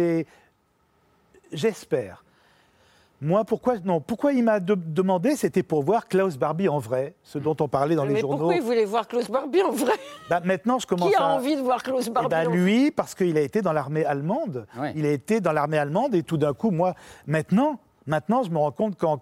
C: j'espère. Moi, pourquoi il m'a demandé? C'était pour voir Klaus Barbie en vrai, ce dont on parlait dans les journaux.
B: Mais pourquoi il voulait voir Klaus Barbie en vrai?
C: Maintenant, je commence
B: Qui a envie de voir Klaus Barbie en vrai?
C: Lui, parce qu'il a été dans l'armée allemande. Ouais. Il a été dans l'armée allemande et tout d'un coup, moi, maintenant, je me rends compte qu'en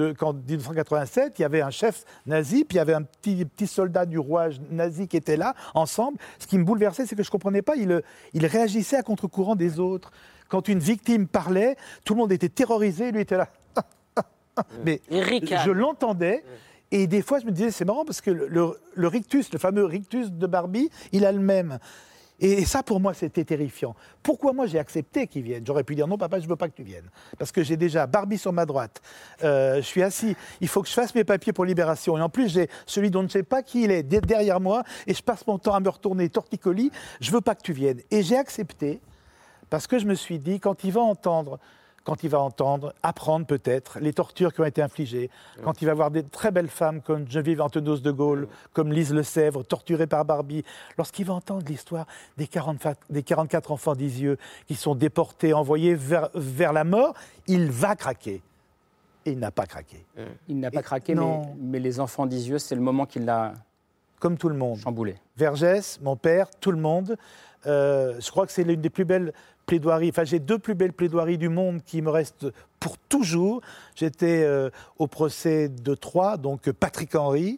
C: 1987, il y avait un chef nazi, puis il y avait un petit soldat du roi nazi qui était là, ensemble. Ce qui me bouleversait, c'est que je ne comprenais pas, il réagissait à contre-courant des autres. Quand une victime parlait, tout le monde était terrorisé, lui était là. Mais je l'entendais, et des fois je me disais, c'est marrant, parce que le rictus, le fameux rictus de Barbie, il a le même. Et ça, pour moi, c'était terrifiant. Pourquoi moi, j'ai accepté qu'il vienne? J'aurais pu dire, non, papa, je ne veux pas que tu viennes. Parce que j'ai déjà Barbie sur ma droite. Je suis assis. Il faut que je fasse mes papiers pour Libération. Et en plus, j'ai celui dont je ne sais pas qui il est derrière moi. Et je passe mon temps à me retourner torticolis. Je ne veux pas que tu viennes. Et j'ai accepté parce que je me suis dit, quand il va entendre, apprendre peut-être les tortures qui ont été infligées, quand il va voir des très belles femmes comme Geneviève Antonos de Gaulle, comme Lise Lesèvre, torturée par Barbie, lorsqu'il va entendre l'histoire des 44 enfants d'Isieux qui sont déportés, envoyés vers la mort, il va craquer. Et il n'a pas craqué.
A: Il n'a pas craqué, mais les enfants d'Isieux, c'est le moment qu'il l'a...
C: Comme tout le monde.
A: Chamboulé.
C: Vergès, mon père, tout le monde. Je crois que c'est l'une des plus belles plaidoiries. Enfin, j'ai deux plus belles plaidoiries du monde qui me restent pour toujours. J'étais au procès de Troyes, donc Patrick Henry.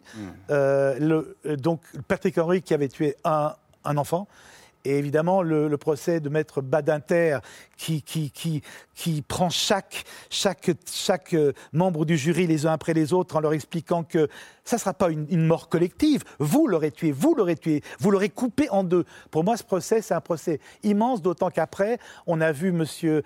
C: Donc Patrick Henry qui avait tué un enfant. Et évidemment, le procès de maître Badinter qui prend chaque membre du jury les uns après les autres en leur expliquant que ça ne sera pas une mort collective. Vous l'aurez tué, vous l'aurez coupé en deux. Pour moi, ce procès, c'est un procès immense, d'autant qu'après, on a vu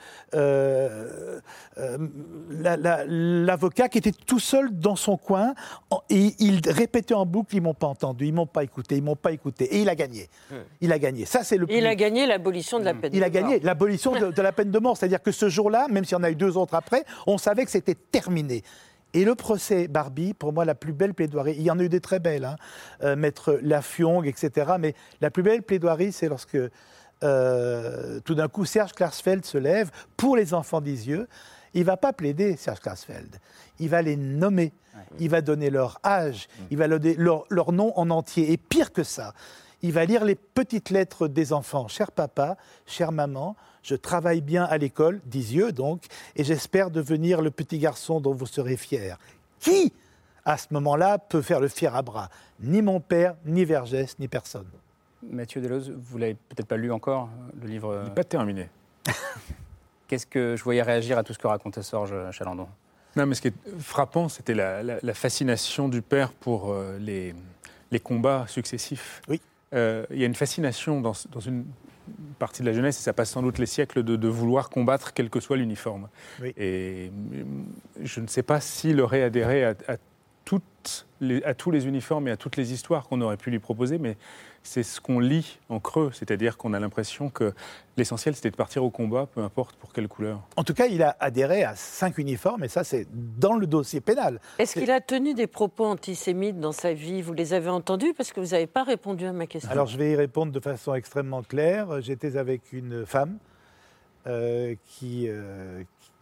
C: l'avocat qui était tout seul dans son coin et il répétait en boucle, ils ne m'ont pas entendu, ils ne m'ont pas écouté, et il a gagné. Il a gagné. Ça, c'est
B: il a gagné l'abolition de la peine de mort.
C: Il a gagné l'abolition de la peine de mort. C'est-à-dire que ce jour-là, même s'il y en a eu deux autres après, on savait que c'était terminé. Et le procès Barbie, pour moi, la plus belle plaidoirie, il y en a eu des très belles, Maître Laffiong, etc. Mais la plus belle plaidoirie, c'est lorsque, tout d'un coup, Serge Klarsfeld se lève pour les enfants d'Isieux. Il ne va pas plaider, Serge Klarsfeld. Il va les nommer. Il va donner leur âge. Il va donner leur nom en entier. Et pire que ça, il va lire les petites lettres des enfants. Cher papa, chère maman, je travaille bien à l'école, d'Isieux donc, et j'espère devenir le petit garçon dont vous serez fiers. Qui, à ce moment-là, peut faire le fier à bras? Ni mon père, ni Vergès, ni personne.
A: Mathieu Delloz, vous ne l'avez peut-être pas lu encore, le livre...
D: Il n'est pas terminé.
A: Qu'est-ce que je voyais réagir à tout ce que racontait Sorge Chalandon?
D: Non, mais ce qui est frappant, c'était la fascination du père pour les combats successifs.
C: Oui.
D: Il y a une fascination dans une partie de la jeunesse, et ça passe sans doute les siècles, de vouloir combattre quel que soit l'uniforme. Oui. Et je ne sais pas s'il aurait adhéré à tous les uniformes et à toutes les histoires qu'on aurait pu lui proposer, mais c'est ce qu'on lit en creux, c'est-à-dire qu'on a l'impression que l'essentiel, c'était de partir au combat, peu importe pour quelle couleur.
C: En tout cas, il a adhéré à 5 uniformes, et ça, c'est dans le dossier pénal.
B: Est-ce qu'il a tenu des propos antisémites dans sa vie? Vous les avez entendus? Parce que vous n'avez pas répondu à ma question.
C: Alors, je vais y répondre de façon extrêmement claire. J'étais avec une femme qui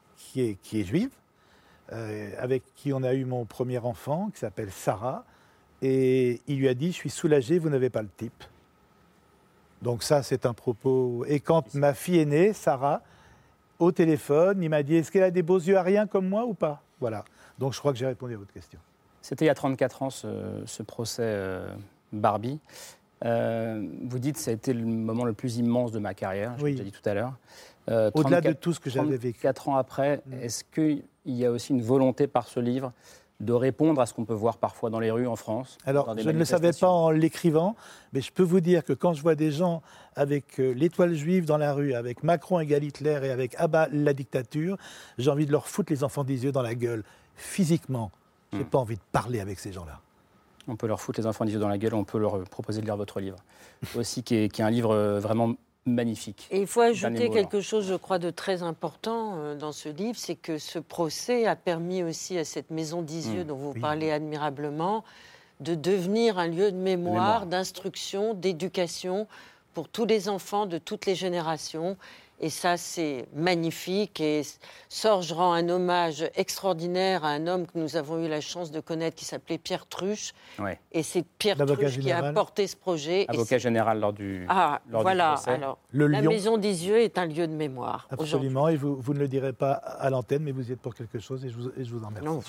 C: est juive, avec qui on a eu mon premier enfant, qui s'appelle Sarah. Et il lui a dit, je suis soulagé, vous n'avez pas le type. Donc ça, c'est un propos. Et quand ma fille est née, Sarah, au téléphone, il m'a dit, est-ce qu'elle a des beaux yeux ariens comme moi ou pas? Voilà. Donc je crois que j'ai répondu à votre question.
A: C'était il y a 34 ans, ce procès Barbie. Vous dites que ça a été le moment le plus immense de ma carrière, je l'ai déjà dit tout à l'heure.
C: Au-delà de tout ce que j'avais vécu.
A: 4 ans après, est-ce qu'il y a aussi une volonté par ce livre de répondre à ce qu'on peut voir parfois dans les rues en France?
C: Alors, je ne le savais pas en l'écrivant, mais je peux vous dire que quand je vois des gens avec l'étoile juive dans la rue, avec Macron égale Hitler et avec Abat la dictature, j'ai envie de leur foutre les enfants des yeux dans la gueule. Physiquement, je n'ai pas envie de parler avec ces gens-là.
A: On peut leur foutre les enfants des yeux dans la gueule, on peut leur proposer de lire votre livre. Aussi, qui est un livre vraiment magnifique.
B: Et il faut ajouter quelque chose, je crois, de très important dans ce livre, c'est que ce procès a permis aussi à cette maison d'Isieux dont vous parlez admirablement de devenir un lieu de mémoire, d'instruction, d'éducation pour tous les enfants de toutes les générations. Et ça, c'est magnifique. Et Sorge rend un hommage extraordinaire à un homme que nous avons eu la chance de connaître qui s'appelait Pierre Truche. Ouais. Et c'est Pierre Truche qui a porté ce projet.
A: Avocat général lors du procès.
B: Alors, la maison d'Isieux est un lieu de mémoire.
C: Absolument. Et vous ne le direz pas à l'antenne, mais vous y êtes pour quelque chose et je vous en remercie.
B: Non.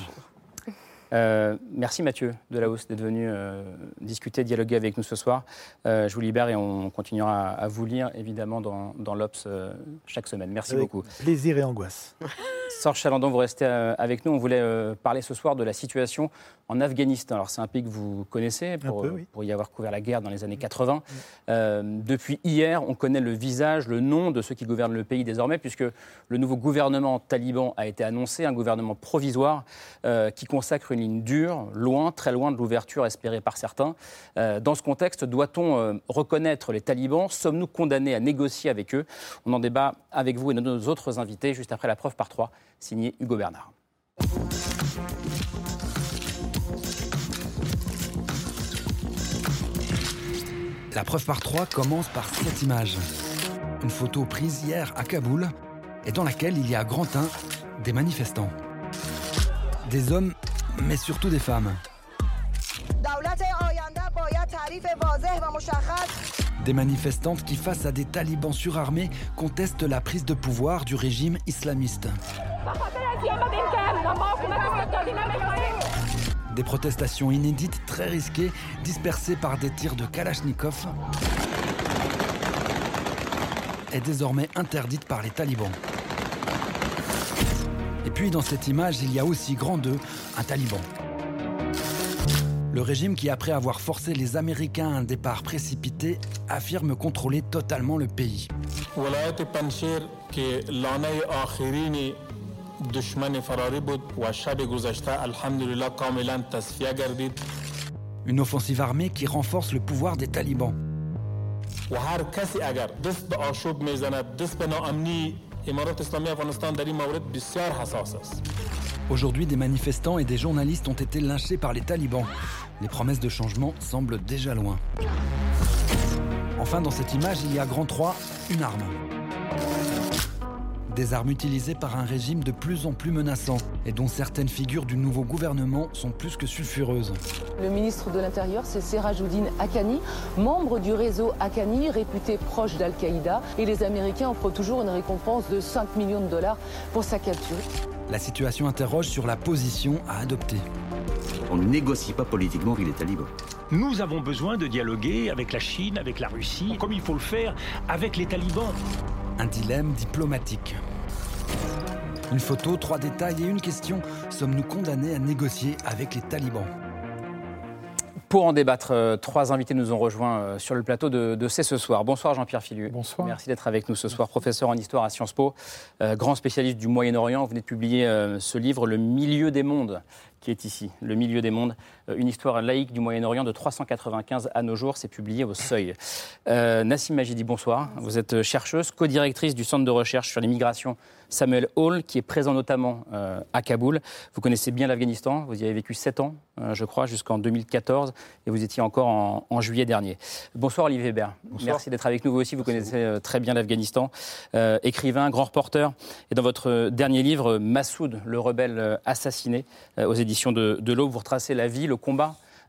A: Merci Mathieu Delahousse d'être venu discuter, dialoguer avec nous ce soir. Je vous libère et on continuera à vous lire évidemment dans l'Obs chaque semaine. Merci
C: avec
A: beaucoup.
C: Plaisir et angoisse.
A: Sorge Chalandon, vous restez avec nous. On voulait parler ce soir de la situation en Afghanistan. Alors c'est un pays que vous connaissez pour y avoir couvert la guerre dans les années 80. Depuis hier, on connaît le visage, le nom de ceux qui gouvernent le pays désormais, puisque le nouveau gouvernement taliban a été annoncé, un gouvernement provisoire qui consacre une ligne dure, très loin de l'ouverture espérée par certains. Dans ce contexte, doit-on reconnaître les talibans? Sommes-nous condamnés à négocier avec eux? On en débat avec vous et nos autres invités juste après la preuve par 3, signé Hugo Bernard.
G: La preuve par 3 commence par cette image. Une photo prise hier à Kaboul et dans laquelle il y a à grand teint des manifestants. Des hommes, mais surtout des femmes. Des manifestantes qui, face à des talibans surarmés, contestent la prise de pouvoir du régime islamiste. Des protestations inédites, très risquées, dispersées par des tirs de Kalachnikov, est désormais interdite par les talibans. Et puis dans cette image, il y a aussi grand 2, un taliban. Le régime qui, après avoir forcé les Américains à un départ précipité, affirme contrôler totalement le pays. Une offensive armée qui renforce le pouvoir des talibans. Aujourd'hui, des manifestants et des journalistes ont été lynchés par les talibans. Les promesses de changement semblent déjà loin. Enfin, dans cette image, il y a grand 3, une arme. Des armes utilisées par un régime de plus en plus menaçant et dont certaines figures du nouveau gouvernement sont plus que sulfureuses.
H: Le ministre de l'Intérieur, c'est Serajuddin Haqqani, membre du réseau Haqqani, réputé proche d'Al-Qaïda. Et les Américains offrent toujours une récompense de 5 millions de dollars pour sa capture.
G: La situation interroge sur la position à adopter.
I: On ne négocie pas politiquement avec les talibans.
J: Nous avons besoin de dialoguer avec la Chine, avec la Russie, comme il faut le faire avec les talibans.
G: Un dilemme diplomatique. Une photo, 3 détails et une question. Sommes-nous condamnés à négocier avec les talibans ?
A: Pour en débattre, 3 invités nous ont rejoints sur le plateau de C'est ce soir. Bonsoir Jean-Pierre Filiu.
K: Bonsoir.
A: Merci d'être avec nous ce soir, professeur en histoire à Sciences Po, grand spécialiste du Moyen-Orient. Vous venez de publier ce livre, Le milieu des mondes, qui est ici, Le milieu des mondes, une histoire laïque du Moyen-Orient de 395 à nos jours. C'est publié au Seuil. Nassim Majidi, bonsoir. Vous êtes chercheuse, co-directrice du Centre de recherche sur l'immigration Samuel Hall, qui est présent notamment à Kaboul. Vous connaissez bien l'Afghanistan, vous y avez vécu 7 ans, je crois, jusqu'en 2014, et vous étiez encore en juillet dernier. Bonsoir Olivier Hébert.
K: Bonsoir.
A: Merci d'être avec nous, vous aussi, vous connaissez très bien l'Afghanistan. Écrivain, grand reporter, et dans votre dernier livre, Massoud, le rebelle assassiné, aux éditions de l'Aube, vous retracez la vie, le combat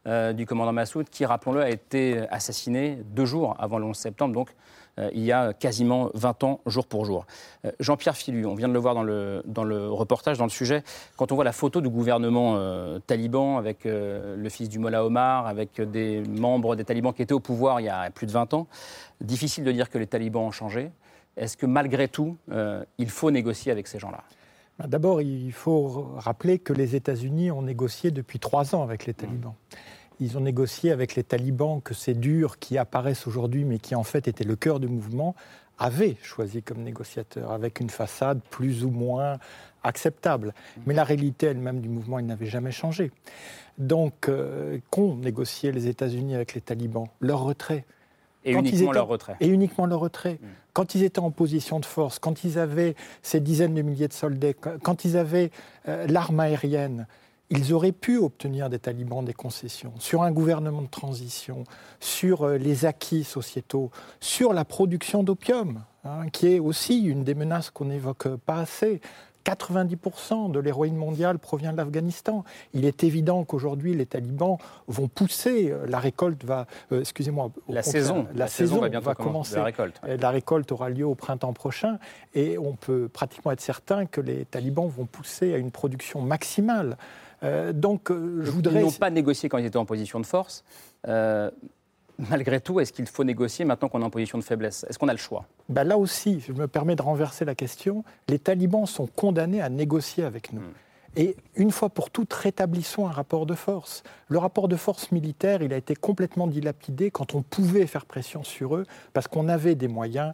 A: du commandant Massoud, qui, rappelons-le, a été assassiné 2 jours avant le 11 septembre, donc il y a quasiment 20 ans, jour pour jour. Jean-Pierre Filu, on vient de le voir dans le reportage, dans le sujet, quand on voit la photo du gouvernement taliban avec le fils du Mollah Omar, avec des membres des talibans qui étaient au pouvoir il y a plus de 20 ans, difficile de dire que les talibans ont changé. Est-ce que malgré tout, il faut négocier avec ces gens-là ?
K: D'abord, il faut rappeler que les États-Unis ont négocié depuis 3 ans avec les talibans. Ils ont négocié avec les talibans que ces durs qui apparaissent aujourd'hui, mais qui en fait étaient le cœur du mouvement, avaient choisi comme négociateurs, avec une façade plus ou moins acceptable. Mais la réalité elle-même du mouvement, elle n'avait jamais changé. Donc, qu'ont négocié les États-Unis avec les talibans ? Leur retrait.
A: Et uniquement leur retrait.
K: Et uniquement leur retrait. Quand ils étaient en position de force, quand ils avaient ces dizaines de milliers de soldats, quand ils avaient l'arme aérienne, ils auraient pu obtenir des talibans des concessions sur un gouvernement de transition, sur les acquis sociétaux, sur la production d'opium, qui est aussi une des menaces qu'on n'évoque pas assez. 90% de l'héroïne mondiale provient de l'Afghanistan. Il est évident qu'aujourd'hui, les talibans vont pousser, la récolte va...
A: La saison va bientôt
K: commencer.
A: La récolte.
K: La récolte aura lieu au printemps prochain et on peut pratiquement être certain que les talibans vont pousser à une production maximale. Je voudrais...
A: Ils n'ont pas négocié quand ils étaient en position de force. Malgré tout, est-ce qu'il faut négocier maintenant qu'on est en position de faiblesse ? Est-ce qu'on a le choix ?
K: Là aussi, je me permets de renverser la question. Les talibans sont condamnés à négocier avec nous. Et une fois pour toutes, rétablissons un rapport de force. Le rapport de force militaire, il a été complètement dilapidé quand on pouvait faire pression sur eux, parce qu'on avait des moyens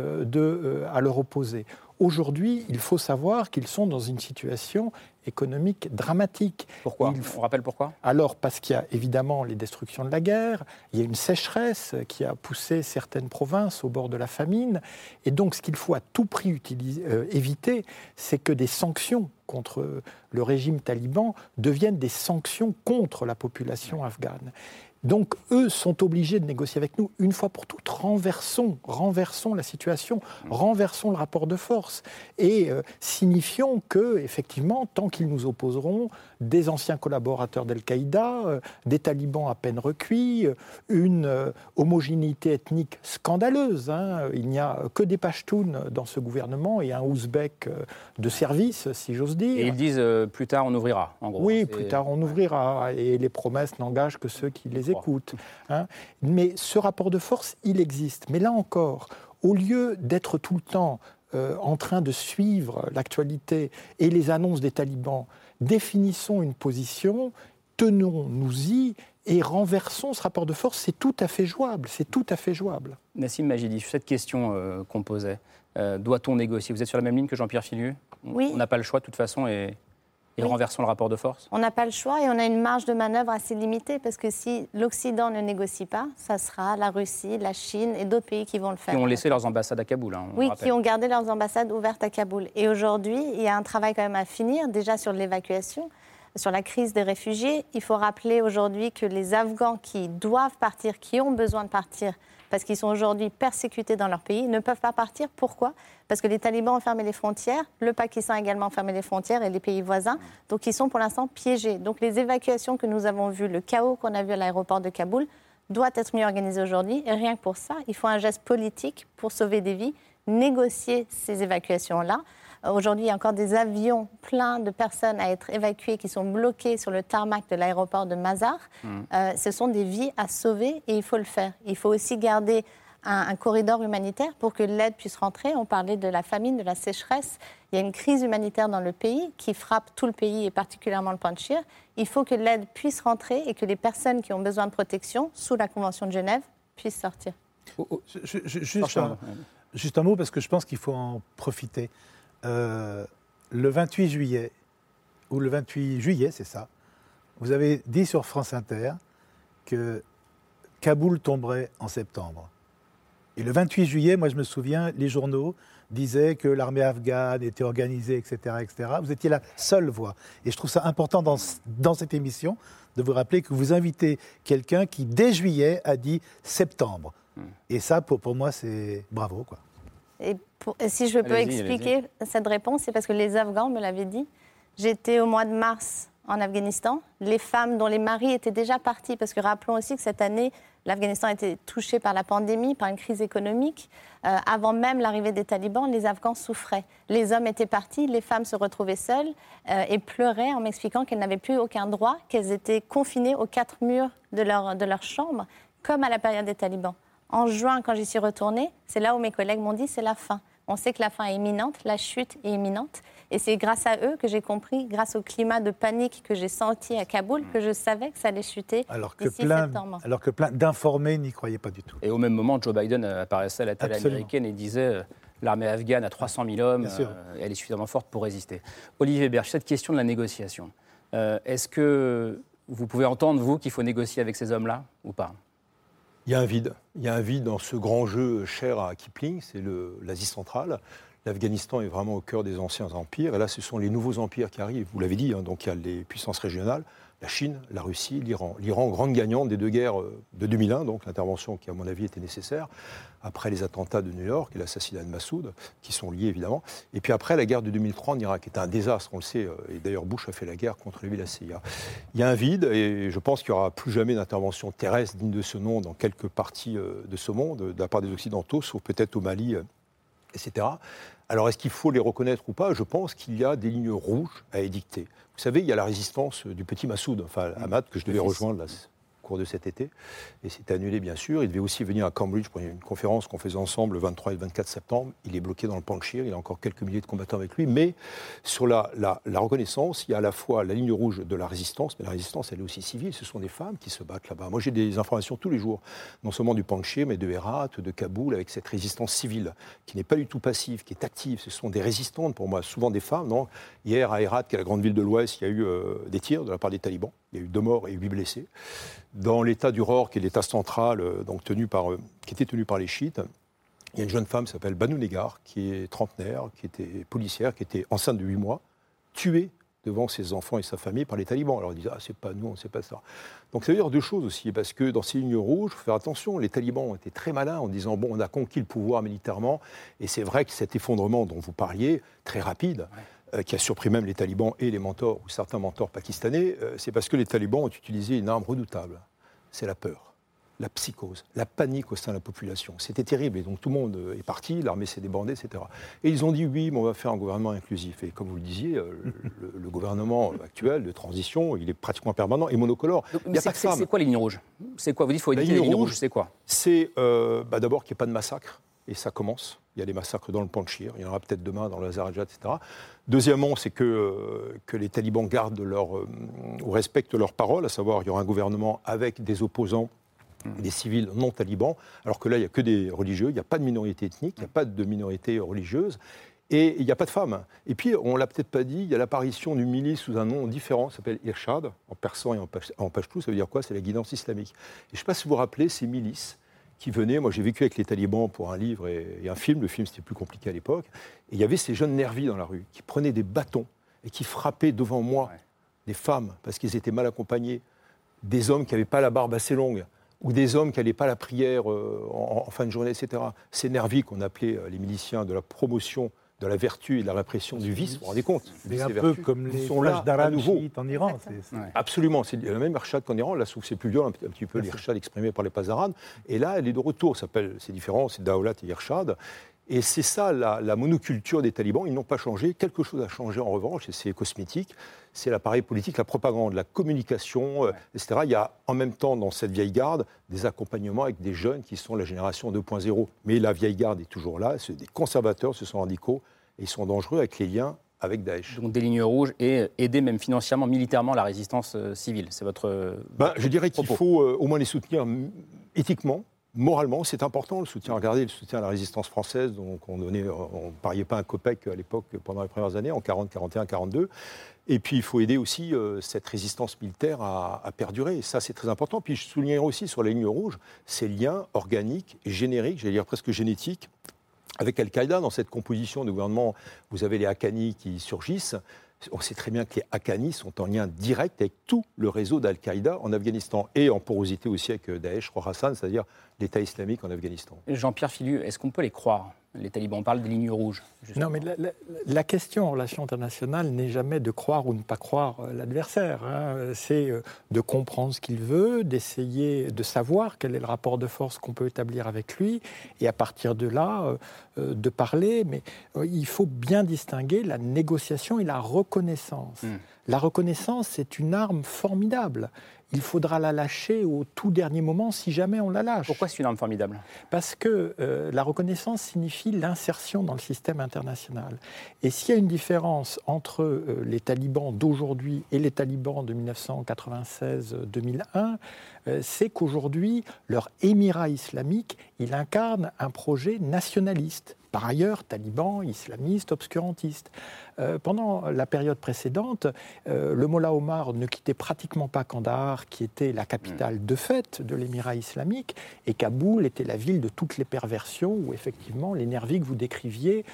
K: à leur opposer. Aujourd'hui, il faut savoir qu'ils sont dans une situation économique dramatique.
A: Pourquoi ? On rappelle pourquoi ?
K: Alors, parce qu'il y a évidemment les destructions de la guerre, il y a une sécheresse qui a poussé certaines provinces au bord de la famine. Et donc, ce qu'il faut à tout prix éviter, c'est que des sanctions contre le régime taliban deviennent des sanctions contre la population afghane. Donc, eux sont obligés de négocier avec nous. Une fois pour toutes, renversons la situation, renversons le rapport de force et signifions que, effectivement, tant qu'ils nous opposeront des anciens collaborateurs d'Al-Qaïda, des talibans à peine recuits, une homogénéité ethnique scandaleuse. Il n'y a que des Pashtuns dans ce gouvernement et un Ouzbek de service, si j'ose dire.
A: Et ils disent plus tard on ouvrira, en gros.
K: Oui, plus tard on ouvrira. Et les promesses n'engagent que ceux qui les écoutent. Mais ce rapport de force, il existe. Mais là encore, au lieu d'être tout le temps en train de suivre l'actualité et les annonces des talibans, définissons une position, tenons-nous-y et renversons ce rapport de force. C'est tout à fait jouable. C'est tout à fait jouable.
A: Nassim Majidi, cette question qu'on posait, doit-on négocier ? Vous êtes sur la même ligne que Jean-Pierre Filu ?
L: Oui.
A: On n'a pas le choix de toute façon et renversons le rapport de force ?
L: On n'a pas le choix et on a une marge de manœuvre assez limitée parce que si l'Occident ne négocie pas, ça sera la Russie, la Chine et d'autres pays qui vont le faire.
A: Qui ont laissé leurs ambassades à Kaboul.
L: Oui, qui ont gardé leurs ambassades ouvertes à Kaboul. Et aujourd'hui, il y a un travail quand même à finir, déjà sur l'évacuation, sur la crise des réfugiés. Il faut rappeler aujourd'hui que les Afghans qui doivent partir, qui ont besoin de partir, parce qu'ils sont aujourd'hui persécutés dans leur pays, ne peuvent pas partir. Pourquoi ? Parce que les talibans ont fermé les frontières, le Pakistan a également fermé les frontières et les pays voisins, donc ils sont pour l'instant piégés. Donc les évacuations que nous avons vues, le chaos qu'on a vu à l'aéroport de Kaboul, doit être mieux organisé aujourd'hui. Et rien que pour ça, il faut un geste politique pour sauver des vies, négocier ces évacuations-là. Aujourd'hui, il y a encore des avions pleins de personnes à être évacuées qui sont bloquées sur le tarmac de l'aéroport de Mazar. Ce sont des vies à sauver et il faut le faire. Il faut aussi garder un corridor humanitaire pour que l'aide puisse rentrer. On parlait de la famine, de la sécheresse. Il y a une crise humanitaire dans le pays qui frappe tout le pays et particulièrement le Panjshir. Il faut que l'aide puisse rentrer et que les personnes qui ont besoin de protection, sous la Convention de Genève, puissent sortir.
C: Juste un mot, parce que je pense qu'il faut en profiter. Le 28 juillet, ou le 28 juillet, c'est ça, vous avez dit sur France Inter que Kaboul tomberait en septembre. Et le 28 juillet, moi je me souviens, les journaux disaient que l'armée afghane était organisée, etc., etc. Vous étiez la seule voix. Et je trouve ça important dans cette émission de vous rappeler que vous invitez quelqu'un qui, dès juillet, a dit septembre. Et ça, pour moi, c'est bravo, quoi.
L: Et si je peux expliquer cette réponse, c'est parce que les Afghans me l'avaient dit. J'étais au mois de mars en Afghanistan, les femmes dont les maris étaient déjà partis, parce que rappelons aussi que cette année, l'Afghanistan a été touché par la pandémie, par une crise économique. Avant même l'arrivée des talibans, les Afghans souffraient. Les hommes étaient partis, les femmes se retrouvaient seules et pleuraient en m'expliquant qu'elles n'avaient plus aucun droit, qu'elles étaient confinées aux 4 murs de leur chambre, comme à la période des talibans. En juin, quand j'y suis retournée, c'est là où mes collègues m'ont dit c'est la fin. On sait que la fin est imminente, la chute est imminente. Et c'est grâce à eux que j'ai compris, grâce au climat de panique que j'ai senti à Kaboul, que je savais que ça allait chuter d'ici septembre.
C: Alors que plein d'informés n'y croyaient pas du tout.
A: Et au même moment, Joe Biden apparaissait à la télé américaine et disait l'armée afghane a 300 000 hommes, elle est suffisamment forte pour résister. Olivier Berge, cette question de la négociation, est-ce que vous pouvez entendre, vous, qu'il faut négocier avec ces hommes-là ou pas ?
M: Il y a un vide. Il y a un vide dans ce grand jeu cher à Kipling, c'est l'Asie centrale. L'Afghanistan est vraiment au cœur des anciens empires. Et là, ce sont les nouveaux empires qui arrivent. Vous l'avez dit, donc il y a les puissances régionales, la Chine, la Russie, l'Iran. L'Iran, grande gagnante des 2 guerres de 2001, donc l'intervention qui, à mon avis, était nécessaire, après les attentats de New York et l'assassinat de Massoud, qui sont liés, évidemment. Et puis après, la guerre de 2003 en Irak, qui était un désastre, on le sait. Et d'ailleurs, Bush a fait la guerre contre les CIA. Il y a un vide, et je pense qu'il n'y aura plus jamais d'intervention terrestre digne de ce nom dans quelques parties de ce monde, de la part des Occidentaux, sauf peut-être au Mali, etc. Alors, est-ce qu'il faut les reconnaître ou pas ? Je pense qu'il y a des lignes rouges à édicter. Vous savez, il y a la résistance du petit Massoud, enfin Ahmad, que je devais rejoindre là, au cours de cet été. Et c'est annulé, bien sûr. Il devait aussi venir à Cambridge pour une conférence qu'on faisait ensemble le 23 et le 24 septembre. Il est bloqué dans le Panjshir. Il a encore quelques milliers de combattants avec lui. Mais sur la reconnaissance, il y a à la fois la ligne rouge de la résistance, mais la résistance, elle est aussi civile. Ce sont des femmes qui se battent là-bas. Moi, j'ai des informations tous les jours, non seulement du Panjshir, mais de Herat, de Kaboul, avec cette résistance civile, qui n'est pas du tout passive, qui est active. Ce sont des résistantes, pour moi, souvent des femmes. Non, hier, à Herat, qui est la grande ville de l'Ouest, il y a eu des tirs de la part des talibans. Il y a eu 2 morts et 8 blessés. Dans l'État du Rohr, qui est l'État central, donc qui était tenu par les chiites, il y a une jeune femme qui s'appelle Banu Negar, qui est trentenaire, qui était policière, qui était enceinte de 8 mois, tuée devant ses enfants et sa famille par les talibans. Alors ils disent « Ah, c'est pas nous, on ne sait pas ça ». Donc ça veut dire 2 choses aussi, parce que dans ces lignes rouges, il faut faire attention, les talibans ont été très malins en disant « Bon, on a conquis le pouvoir militairement », et c'est vrai que cet effondrement dont vous parliez, très rapide, qui a surpris même les talibans et les mentors, ou certains mentors pakistanais, c'est parce que les talibans ont utilisé une arme redoutable. C'est la peur, la psychose, la panique au sein de la population. C'était terrible, et donc tout le monde est parti, l'armée s'est débandée, etc. Et ils ont dit oui, mais on va faire un gouvernement inclusif. Et comme vous le disiez, le gouvernement actuel de transition, il est pratiquement permanent et monocolore. Il n'y a pas de femmes.
A: C'est quoi les lignes rouges ? C'est quoi ? Vous dites qu'il faut éviter les lignes rouges, c'est quoi ?
M: C'est d'abord qu'il n'y ait pas de massacre. Et ça commence. Il y a des massacres dans le Panjshir, il y en aura peut-être demain dans le Hazarajat, etc. Deuxièmement, c'est que les talibans gardent ou respectent leurs paroles, à savoir il y aura un gouvernement avec des opposants, des civils non talibans, alors que là, il n'y a que des religieux, il n'y a pas de minorité ethnique, il n'y a pas de minorité religieuse, et il n'y a pas de femmes. Et puis, on ne l'a peut-être pas dit, il y a l'apparition d'une milice sous un nom différent, ça s'appelle Irshad, en persan et en pachtou, ça veut dire quoi ? C'est la guidance islamique. Et je ne sais pas si vous vous rappelez, ces milices qui venaient, moi j'ai vécu avec les talibans pour un livre et un film, le film c'était plus compliqué à l'époque, et il y avait ces jeunes nervis dans la rue, qui prenaient des bâtons et qui frappaient devant moi des femmes, parce qu'ils étaient mal accompagnés, des hommes qui n'avaient pas la barbe assez longue, ou des hommes qui n'allaient pas à la prière en fin de journée, etc. Ces nervis qu'on appelait les miliciens de la promotion de la vertu et de la répression du vice, vous vous rendez compte ?
C: C'est un peu comme les plages d'Aran chiites en Iran.
M: Absolument, c'est la même Irshad qu'en Iran, là sauf que c'est plus violent, un petit peu l'Irshad exprimé par les plages d'Aran, et là elle est de retour, c'est différent, c'est Daoulat et Irshad, et c'est ça la monoculture des talibans, ils n'ont pas changé, quelque chose a changé en revanche, et c'est cosmétique, c'est l'appareil politique, la propagande, la communication, etc. Il y a en même temps dans cette vieille garde des accompagnements avec des jeunes qui sont la génération 2.0. Mais la vieille garde est toujours là, c'est des conservateurs, ce sont radicaux, et ils sont dangereux avec les liens avec Daesh.
A: Donc des lignes rouges et aider même financièrement, militairement la résistance civile, c'est votre
M: je dirais qu'il faut au moins les soutenir éthiquement, moralement, c'est important le soutien. Regardez le soutien à la résistance française, donc on ne pariait pas un copec à l'époque pendant les premières années, en 40, 41, 42. Et puis il faut aider aussi cette résistance militaire à perdurer. Et ça, c'est très important. Puis je soulignerai aussi sur la ligne rouge ces liens organiques, génériques, j'allais dire presque génétiques, avec Al-Qaïda. Dans cette composition de gouvernement, vous avez les Haqqanis qui surgissent. On sait très bien que les Haqqanis sont en lien direct avec tout le réseau d'Al-Qaïda en Afghanistan et en porosité aussi avec Daesh, Khorasan, c'est-à-dire l'État islamique en Afghanistan.
A: Jean-Pierre Filiu, est-ce qu'on peut les croire ? Les talibans parlent des lignes rouges. Justement.
K: Non, mais la question en relations internationales n'est jamais de croire ou ne pas croire l'adversaire. C'est de comprendre ce qu'il veut, d'essayer de savoir quel est le rapport de force qu'on peut établir avec lui, et à partir de là, de parler. Mais il faut bien distinguer la négociation et la reconnaissance. La reconnaissance, c'est une arme formidable. Il faudra la lâcher au tout dernier moment si jamais on la lâche.
A: Pourquoi c'est une arme formidable ?
K: Parce que la reconnaissance signifie l'insertion dans le système international. Et s'il y a une différence entre les talibans d'aujourd'hui et les talibans de 1996-2001, c'est qu'aujourd'hui, leur émirat islamique, il incarne un projet nationaliste. Par ailleurs, talibans, islamistes, obscurantistes. Pendant la période précédente, le Mollah Omar ne quittait pratiquement pas Kandahar, qui était la capitale de fait de l'émirat islamique, et Kaboul était la ville de toutes les perversions, où effectivement les nervis que vous décriviez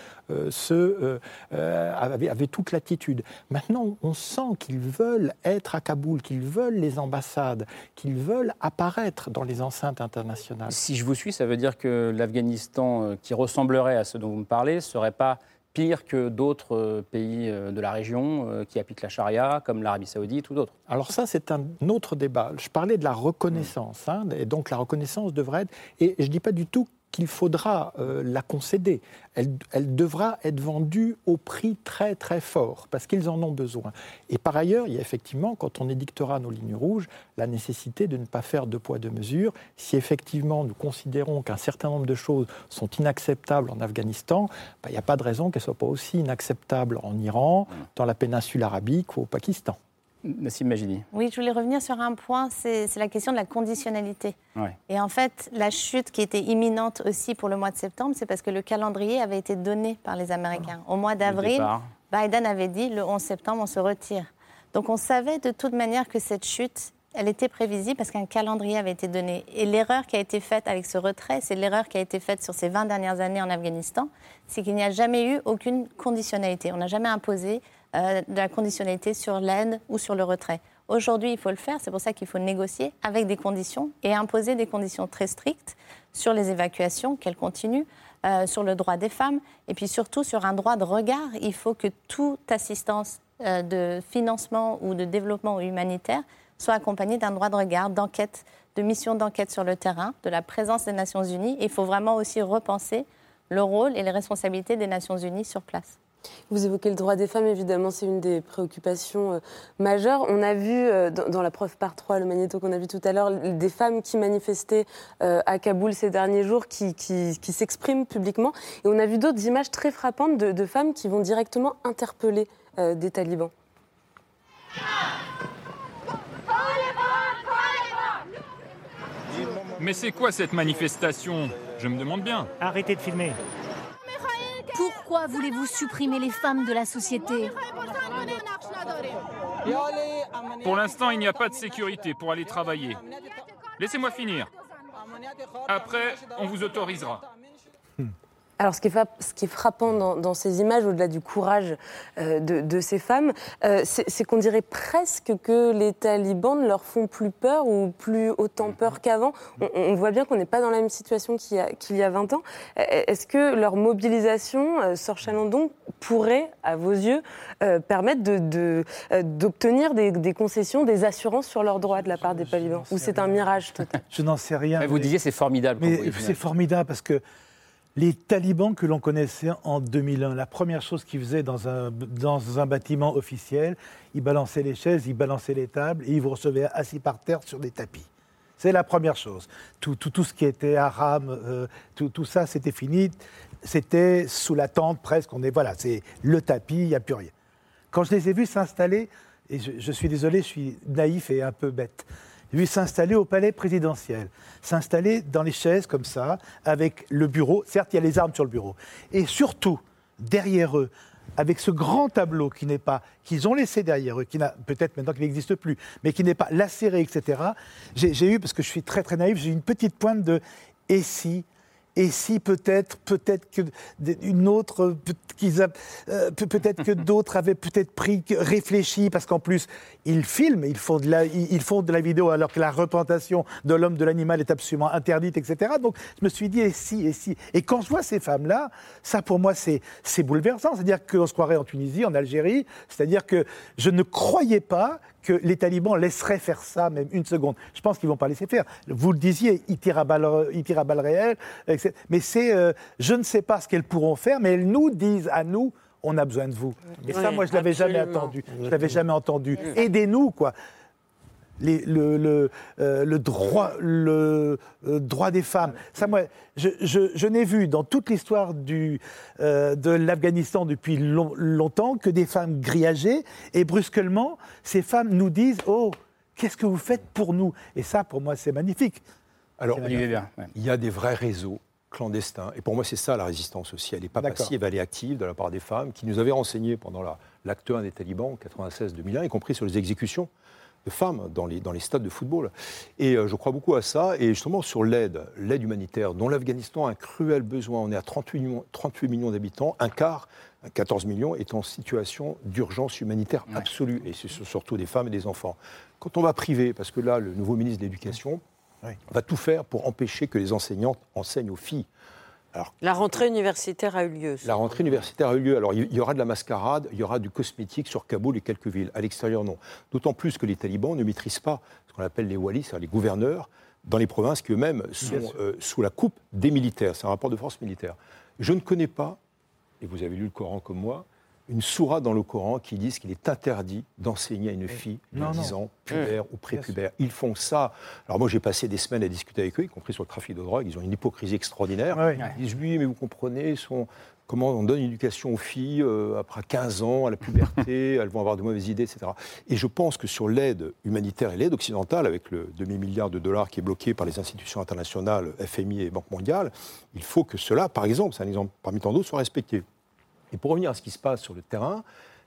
K: avaient toute l'attitude. Maintenant, on sent qu'ils veulent être à Kaboul, qu'ils veulent les ambassades, qu'ils veulent apparaître dans les enceintes internationales.
A: Si je vous suis, ça veut dire que l'Afghanistan, qui ressemblerait à ce dont vous me parlez, ne serait pas pire que d'autres pays de la région qui appliquent la charia, comme l'Arabie saoudite ou d'autres.
K: Alors ça, c'est un autre débat. Je parlais de la reconnaissance, et donc la reconnaissance devrait être... Et je ne dis pas du tout qu'il faudra la concéder. Elle devra être vendue au prix très très fort, parce qu'ils en ont besoin. Et par ailleurs, il y a effectivement, quand on édictera nos lignes rouges, la nécessité de ne pas faire deux poids deux mesures. Si effectivement nous considérons qu'un certain nombre de choses sont inacceptables en Afghanistan, il n'y a pas de raison qu'elles ne soient pas aussi inacceptables en Iran, dans la péninsule arabique ou au Pakistan.
A: Nassim Majidi.
L: Oui, je voulais revenir sur un point, c'est la question de la conditionnalité.
A: Ouais.
L: Et en fait, la chute qui était imminente aussi pour le mois de septembre, c'est parce que le calendrier avait été donné par les Américains. Au mois d'avril, Biden avait dit le 11 septembre, on se retire. Donc on savait de toute manière que cette chute, elle était prévisible parce qu'un calendrier avait été donné. Et l'erreur qui a été faite avec ce retrait, c'est l'erreur qui a été faite sur ces 20 dernières années en Afghanistan, c'est qu'il n'y a jamais eu aucune conditionnalité. On n'a jamais imposé de la conditionnalité sur l'aide ou sur le retrait. Aujourd'hui, il faut le faire, c'est pour ça qu'il faut négocier avec des conditions et imposer des conditions très strictes sur les évacuations, qu'elles continuent, sur le droit des femmes et puis surtout sur un droit de regard. Il faut que toute assistance de financement ou de développement humanitaire soit accompagnée d'un droit de regard, d'enquête, de mission d'enquête sur le terrain, de la présence des Nations Unies. Et il faut vraiment aussi repenser le rôle et les responsabilités des Nations Unies sur place.
E: Vous évoquez le droit des femmes, évidemment, c'est une des préoccupations majeures. On a vu dans la preuve par 3, le magnéto qu'on a vu tout à l'heure, des femmes qui manifestaient à Kaboul ces derniers jours, qui s'expriment publiquement. Et on a vu d'autres images très frappantes de femmes qui vont directement interpeller des talibans.
N: Mais c'est quoi cette manifestation ? Je me demande bien.
J: Arrêtez de filmer.
O: Pourquoi voulez-vous supprimer les femmes de la société ?
N: Pour l'instant, il n'y a pas de sécurité pour aller travailler. Laissez-moi finir. Après, on vous autorisera.
E: Alors, ce qui est frappant dans ces images, au-delà du courage de ces femmes, c'est qu'on dirait presque que les talibans ne leur font plus peur ou plus autant peur qu'avant. On voit bien qu'on n'est pas dans la même situation qu'il y a 20 ans. Est-ce que leur mobilisation, Sor Chalandon, pourrait, à vos yeux, permettre d'obtenir des concessions, des assurances sur leurs droits de la part des talibans ? Ou c'est un mirage total ?
C: Je n'en sais rien.
A: Vous disiez c'est formidable.
C: Mais c'est formidable parce que les talibans que l'on connaissait en 2001, la première chose qu'ils faisaient dans un bâtiment officiel, ils balançaient les chaises, ils balançaient les tables et ils vous recevaient assis par terre sur des tapis. C'est la première chose. Tout ce qui était haram, tout ça, c'était fini. C'était sous la tente presque. C'est le tapis, il n'y a plus rien. Quand je les ai vus s'installer, et je suis désolé, je suis naïf et un peu bête, lui s'installer au palais présidentiel, s'installer dans les chaises comme ça, avec le bureau. Certes, il y a les armes sur le bureau. Et surtout, derrière eux, avec ce grand tableau qu'ils ont laissé derrière eux, peut-être maintenant qu'il n'existe plus, mais qui n'est pas lacéré, etc. J'ai eu, parce que je suis très très naïf, j'ai eu une petite pointe de « et si ?» et si peut-être que une autre, peut-être que d'autres avaient peut-être réfléchi, parce qu'en plus, ils filment, ils font de la vidéo alors que la représentation de l'homme, de l'animal est absolument interdite, etc. Donc, je me suis dit, et si. Et quand je vois ces femmes-là, ça, pour moi, c'est bouleversant. C'est-à-dire qu'on se croirait en Tunisie, en Algérie. C'est-à-dire que je ne croyais pas que les talibans laisseraient faire ça, même une seconde. Je pense qu'ils ne vont pas laisser faire. Vous le disiez, ils tirent à balles réelles. Etc. Mais je ne sais pas ce qu'elles pourront faire, mais elles nous disent à nous, on a besoin de vous. Et ça, moi, je ne l'avais jamais entendu. Je l'avais jamais entendu. Aidez-nous, quoi. Le droit des femmes. Ça, moi, je n'ai vu dans toute l'histoire de l'Afghanistan depuis longtemps que des femmes grillagées, et brusquement, ces femmes nous disent « Oh, qu'est-ce que vous faites pour nous ?» Et ça, pour moi, c'est magnifique.
M: Alors, il y a des vrais réseaux clandestins. Et pour moi, c'est ça la résistance aussi. Elle n'est pas passive, elle est active de la part des femmes qui nous avaient renseigné pendant l'acte 1 des talibans, 96-2001, y compris sur les exécutions de femmes dans les stades de football. Et je crois beaucoup à ça. Et justement, sur l'aide humanitaire, dont l'Afghanistan a un cruel besoin. On est à 38 millions d'habitants, un quart, 14 millions, est en situation d'urgence humanitaire absolue. Et c'est surtout des femmes et des enfants. Quand on va priver, parce que là, le nouveau ministre de l'Éducation va tout faire pour empêcher que les enseignantes enseignent aux filles.
B: Alors, la rentrée universitaire a eu lieu.
M: La rentrée universitaire a eu lieu. Alors, il y aura de la mascarade, il y aura du cosmétique sur Kaboul et quelques villes. À l'extérieur, non. D'autant plus que les talibans ne maîtrisent pas ce qu'on appelle les walis, c'est-à-dire les gouverneurs, dans les provinces qui eux-mêmes sont sous la coupe des militaires. C'est un rapport de force militaire. Je ne connais pas, et vous avez lu le Coran comme moi, une sourate dans le Coran qui dit qu'il est interdit d'enseigner à une fille de 10 ans, pubère ou prépubère. Ils font ça. Alors moi, j'ai passé des semaines à discuter avec eux, y compris sur le trafic de drogue. Ils ont une hypocrisie extraordinaire. Ils disent, oui, mais vous comprenez, comment on donne une éducation aux filles après 15 ans, à la puberté, elles vont avoir de mauvaises idées, etc. Et je pense que sur l'aide humanitaire et l'aide occidentale, avec le demi-milliard de dollars qui est bloqué par les institutions internationales, FMI et Banque mondiale, il faut que cela, par exemple, c'est un exemple parmi tant d'autres, soit respecté. Et pour revenir à ce qui se passe sur le terrain,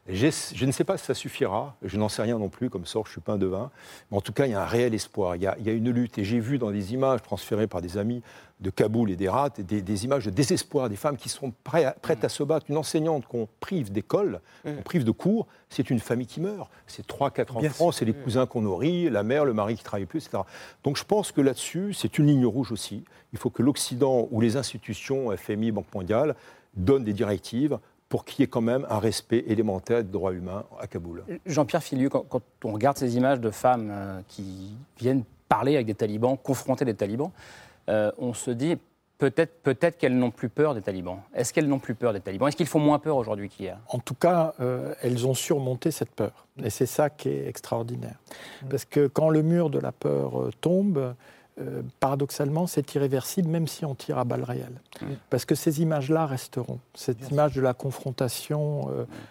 M: je ne sais pas si ça suffira, je n'en sais rien non plus, comme sort, je ne suis pas un devin, mais en tout cas, il y a un réel espoir, il y a une lutte, et j'ai vu dans des images transférées par des amis de Kaboul et d'Hérat, des images de désespoir, des femmes qui sont prêtes à se battre. Une enseignante qu'on prive d'école, qu'on prive de cours, c'est une famille qui meurt. C'est 3-4 enfants, c'est les cousins qu'on nourrit, la mère, le mari qui ne travaille plus, etc. Donc je pense que là-dessus, c'est une ligne rouge aussi. Il faut que l'Occident ou les institutions, FMI, Banque mondiale, donnent des directives pour qu'il y ait quand même un respect élémentaire des droits humains à Kaboul.
A: Jean-Pierre Filiu, quand on regarde ces images de femmes qui viennent parler avec des talibans, confronter des talibans, on se dit peut-être qu'elles n'ont plus peur des talibans. Est-ce qu'elles n'ont plus peur des talibans? Est-ce qu'ils font moins peur aujourd'hui qu'hier?
K: En tout cas, elles ont surmonté cette peur. Et c'est ça qui est extraordinaire. Parce que quand le mur de la peur tombe, paradoxalement, c'est irréversible, même si on tire à balles réelles. Parce que ces images-là resteront. Cette image de la confrontation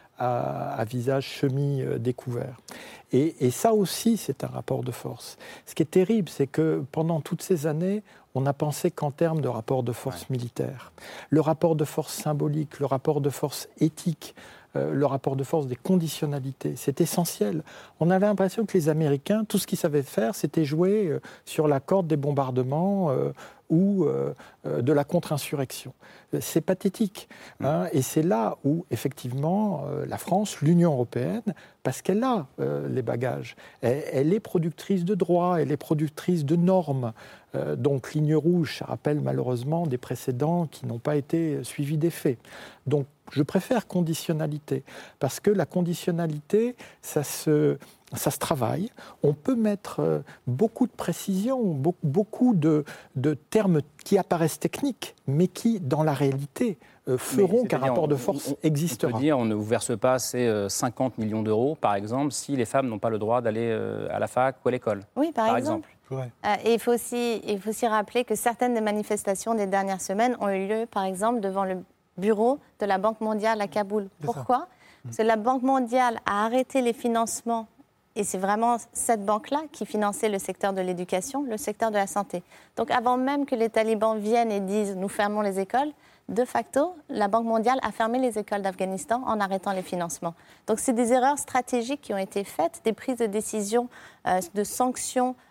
K: à visage semi-découvert. Et ça aussi, c'est un rapport de force. Ce qui est terrible, c'est que pendant toutes ces années, on a pensé qu'en termes de rapport de force militaire. Le rapport de force symbolique, le rapport de force éthique, le rapport de force des conditionnalités, c'est essentiel. On avait l'impression que les Américains, tout ce qu'ils savaient faire, c'était jouer sur la corde des bombardements ou de la contre-insurrection. C'est pathétique. Et c'est là où, effectivement, la France, l'Union européenne, parce qu'elle a les bagages, elle est productrice de droits, elle est productrice de normes. Donc, ligne rouge, ça rappelle malheureusement des précédents qui n'ont pas été suivis des faits. Donc, je préfère conditionnalité, parce que la conditionnalité, ça se travaille. On peut mettre beaucoup de précision, beaucoup de termes qui apparaissent techniques, mais qui, dans la réalité, feront qu'un rapport de force existera.
A: On peut dire, on ne vous verse pas ces 50 millions d'euros, par exemple, si les femmes n'ont pas le droit d'aller à la fac ou à l'école.
L: Oui, par exemple. Et il faut aussi rappeler que certaines des manifestations des dernières semaines ont eu lieu, par exemple, devant le bureau de la Banque mondiale à Kaboul. Pourquoi ? Parce que la Banque mondiale a arrêté les financements, et c'est vraiment cette banque-là qui finançait le secteur de l'éducation, le secteur de la santé. Donc avant même que les talibans viennent et disent « nous fermons les écoles », de facto, la Banque mondiale a fermé les écoles d'Afghanistan en arrêtant les financements. Donc c'est des erreurs stratégiques qui ont été faites, des prises de décision, de sanctions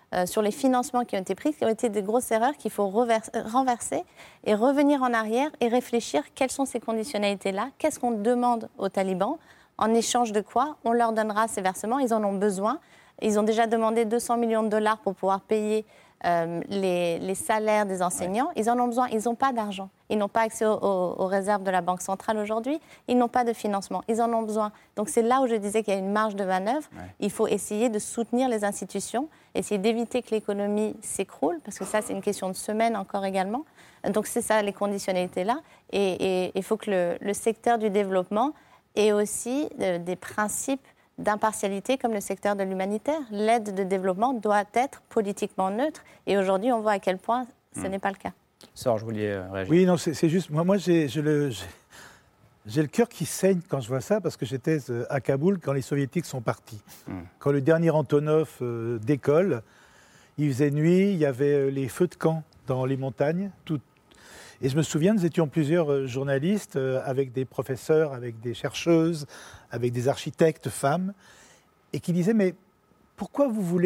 L: sur les financements qui ont été pris, qui ont été des grosses erreurs qu'il faut renverser et revenir en arrière et réfléchir quelles sont ces conditionnalités-là, qu'est-ce qu'on demande aux talibans, en échange de quoi on leur donnera ces versements, ils en ont besoin. Ils ont déjà demandé 200 millions de dollars pour pouvoir payer les salaires des enseignants. Ils en ont besoin, ils n'ont pas d'argent. Ils n'ont pas accès aux réserves de la Banque centrale aujourd'hui. Ils n'ont pas de financement. Ils en ont besoin. Donc c'est là où je disais qu'il y a une marge de manœuvre. Ouais. Il faut essayer de soutenir les institutions, essayer d'éviter que l'économie s'écroule, parce que ça, c'est une question de semaine encore également. Donc c'est ça, les conditionnalités là. Et il faut que le secteur du développement ait aussi des principes d'impartialité comme le secteur de l'humanitaire. L'aide de développement doit être politiquement neutre. Et aujourd'hui, on voit à quel point ce n'est pas le cas.
A: Sors, je voulais réagir.
C: Oui, non, c'est juste... Moi j'ai le cœur qui saigne quand je vois ça, parce que j'étais à Kaboul quand les Soviétiques sont partis. Quand le dernier Antonov décolle, il faisait nuit, il y avait les feux de camp dans les montagnes. Et je me souviens, nous étions plusieurs journalistes avec des professeurs, avec des chercheuses, avec des architectes femmes, et qui disaient, mais pourquoi vous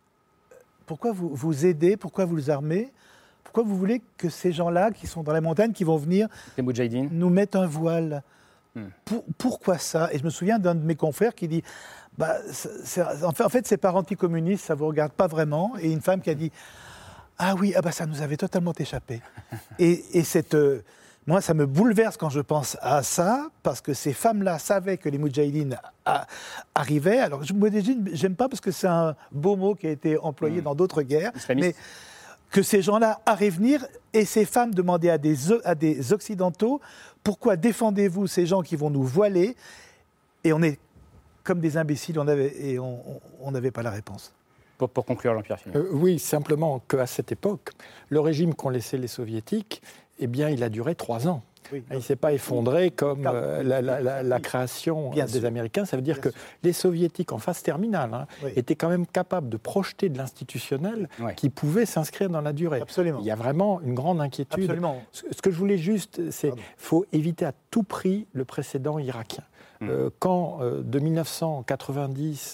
C: aidez, pourquoi vous les armez, pourquoi vous voulez que ces gens-là qui sont dans la montagne, qui vont venir nous mettre un voile Pourquoi ça? Et je me souviens d'un de mes confrères qui dit, en fait c'est par anticommuniste, ça ne vous regarde pas vraiment, et une femme qui a dit, ah oui, ça nous avait totalement échappé. et moi, ça me bouleverse quand je pense à ça, parce que ces femmes-là savaient que les Moudjahidines arrivaient. Alors, j'aime pas parce que c'est un beau mot qui a été employé dans d'autres guerres, mais que ces gens-là arrivent venir, et ces femmes demandaient à des Occidentaux, pourquoi défendez-vous ces gens qui vont nous voiler? Et on est comme des imbéciles, on n'avait pas la réponse.
A: Pour conclure, Jean-Pierre Fillion.
K: Oui, simplement qu'à cette époque, le régime qu'ont laissé les Soviétiques, il a duré 3 ans. Oui, il ne s'est pas effondré comme la création des Américains. Ça veut dire que les Soviétiques, en phase terminale, étaient quand même capables de projeter de l'institutionnel qui pouvait s'inscrire dans la durée.
C: Absolument.
K: Il y a vraiment une grande inquiétude.
C: Absolument.
K: Ce que je voulais juste, c'est qu'il faut éviter à tout prix le précédent irakien. Quand de 1991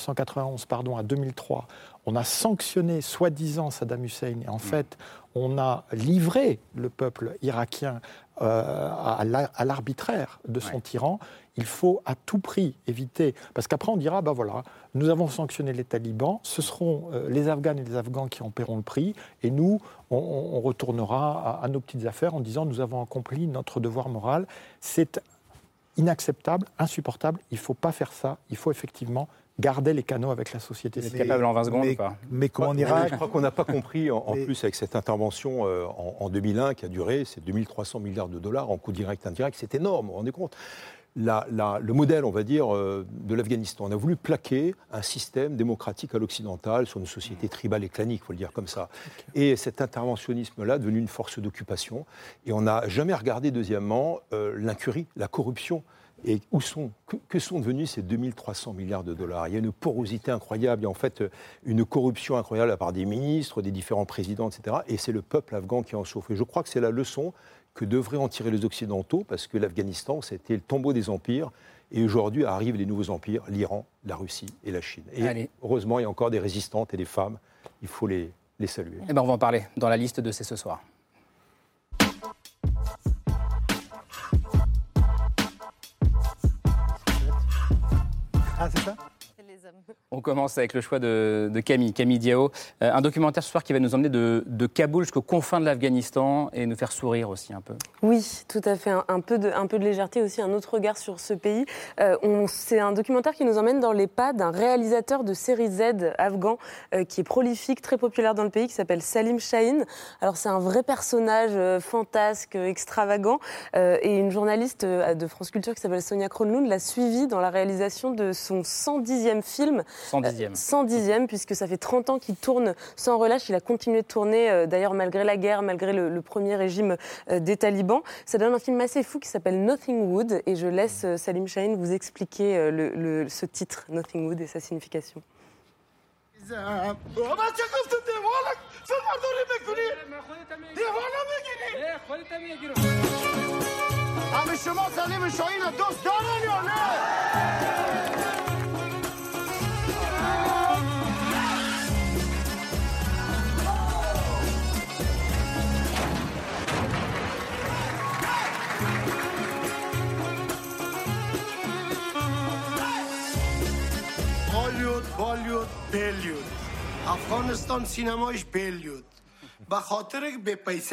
K: à 2003, on a sanctionné soi-disant Saddam Hussein, et en fait, on a livré le peuple irakien à l'arbitraire de son tyran, il faut à tout prix éviter. Parce qu'après, on dira, nous avons sanctionné les talibans, ce seront les Afghanes et les Afghans qui en paieront le prix, et nous, on retournera à nos petites affaires en disant, nous avons accompli notre devoir moral. C'est inacceptable, insupportable, il ne faut pas faire ça, il faut effectivement garder les canaux avec la société.
A: C'est capable en 20 secondes ou pas?
C: Mais comment on ira?
M: Je crois qu'on n'a pas compris, en plus, avec cette intervention en 2001 qui a duré, c'est 2300 milliards de dollars en coûts directs et indirects, c'est énorme, vous vous rendez compte? Le modèle, on va dire, de l'Afghanistan. On a voulu plaquer un système démocratique à l'occidental sur une société tribale et clanique, il faut le dire comme ça. Et cet interventionnisme-là est devenu une force d'occupation. Et on n'a jamais regardé, deuxièmement, l'incurie, la corruption. Et que sont devenus ces 2300 milliards de dollars? Il y a une porosité incroyable, il y a en fait une corruption incroyable de la part des ministres, des différents présidents, etc. Et c'est le peuple afghan qui en souffre. Et je crois que c'est la leçon que devraient en tirer les Occidentaux, parce que l'Afghanistan, c'était le tombeau des empires. Et aujourd'hui arrivent les nouveaux empires, l'Iran, la Russie et la Chine. Et heureusement, il y a encore des résistantes et des femmes. Il faut les saluer.
A: On va en parler dans la liste de ce soir.
C: Ah, c'est ça?
A: On commence avec le choix de Camille Diao. Un documentaire ce soir qui va nous emmener de Kaboul jusqu'aux confins de l'Afghanistan et nous faire sourire aussi un peu.
E: Oui, tout à fait. Un peu de légèreté aussi, un autre regard sur ce pays. C'est un documentaire qui nous emmène dans les pas d'un réalisateur de série Z afghan qui est prolifique, très populaire dans le pays, qui s'appelle Salim Shahin. Alors c'est un vrai personnage fantasque, extravagant. Et une journaliste de France Culture qui s'appelle Sonia Kronlund l'a suivi dans la réalisation de son 110e film. 110e, puisque ça fait 30 ans qu'il tourne sans relâche. Il a continué de tourner, d'ailleurs, malgré la guerre, malgré le premier régime des talibans. Ça donne un film assez fou qui s'appelle Nothing Wood. Et je laisse Salim Shahin vous expliquer ce titre, Nothing Wood, et sa signification.
P: افغانستان سینمایش بیلیود به خاطر به پیسه.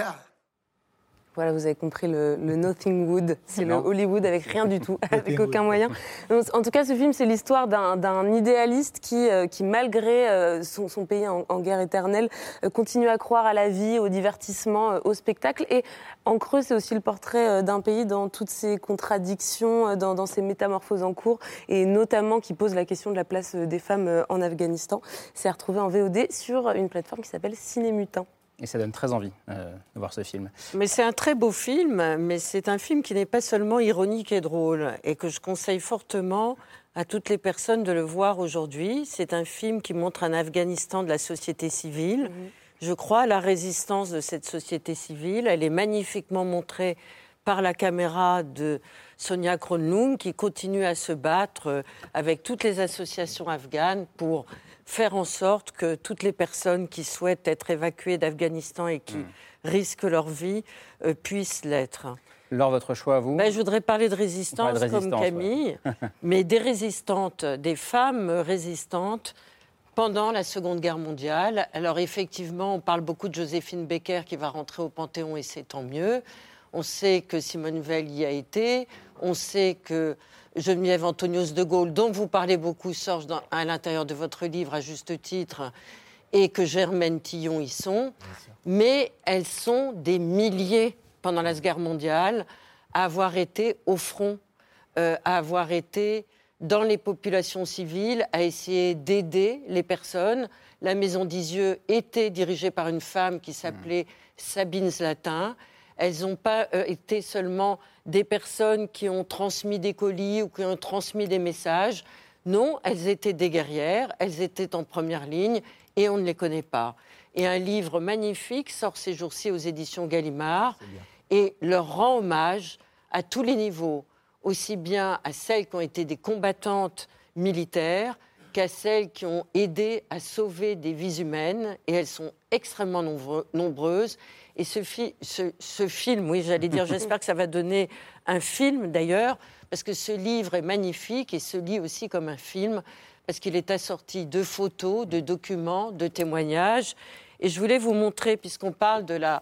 E: Voilà, vous avez compris le Nothing Wood, c'est le Hollywood avec rien du tout, avec aucun moyen. Donc, en tout cas, ce film, c'est l'histoire d'un idéaliste qui malgré son pays en guerre éternelle, continue à croire à la vie, au divertissement, au spectacle. Et en creux, c'est aussi le portrait d'un pays dans toutes ses contradictions, dans ses métamorphoses en cours, et notamment qui pose la question de la place des femmes en Afghanistan. C'est à retrouver en VOD sur une plateforme qui s'appelle Cinémutin.
A: Et ça donne très envie de voir ce film.
B: Mais c'est un très beau film, mais c'est un film qui n'est pas seulement ironique et drôle, et que je conseille fortement à toutes les personnes de le voir aujourd'hui. C'est un film qui montre un Afghanistan de la société civile. Je crois à la résistance de cette société civile. Elle est magnifiquement montrée par la caméra de Sonia Kronlund, qui continue à se battre avec toutes les associations afghanes pour faire en sorte que toutes les personnes qui souhaitent être évacuées d'Afghanistan et qui risquent leur vie puissent l'être.
A: Laure, votre choix à vous ?
B: Je voudrais parler de résistance comme Camille, mais des résistantes, des femmes résistantes pendant la Seconde Guerre mondiale. Alors effectivement, on parle beaucoup de Joséphine Baker qui va rentrer au Panthéon et c'est tant mieux. On sait que Simone Veil y a été, on sait que Geneviève Antonios de Gaulle, dont vous parlez beaucoup, Sorge, à l'intérieur de votre livre, à juste titre, et que Germaine Tillon y sont. Mais elles sont des milliers, pendant la Seconde Guerre mondiale, à avoir été au front, à avoir été dans les populations civiles, à essayer d'aider les personnes. La Maison d'Isieux était dirigée par une femme qui s'appelait Sabine Zlatin. Elles n'ont pas été seulement des personnes qui ont transmis des colis ou qui ont transmis des messages. Non, elles étaient des guerrières, elles étaient en première ligne et on ne les connaît pas. Et un livre magnifique sort ces jours-ci aux éditions Gallimard et leur rend hommage à tous les niveaux, aussi bien à celles qui ont été des combattantes militaires qu'à celles qui ont aidé à sauver des vies humaines. Et elles sont extrêmement nombreuses. Et ce film, oui, j'allais dire, j'espère que ça va donner un film d'ailleurs, parce que ce livre est magnifique et se lit aussi comme un film, parce qu'il est assorti de photos, de documents, de témoignages. Et je voulais vous montrer, puisqu'on parle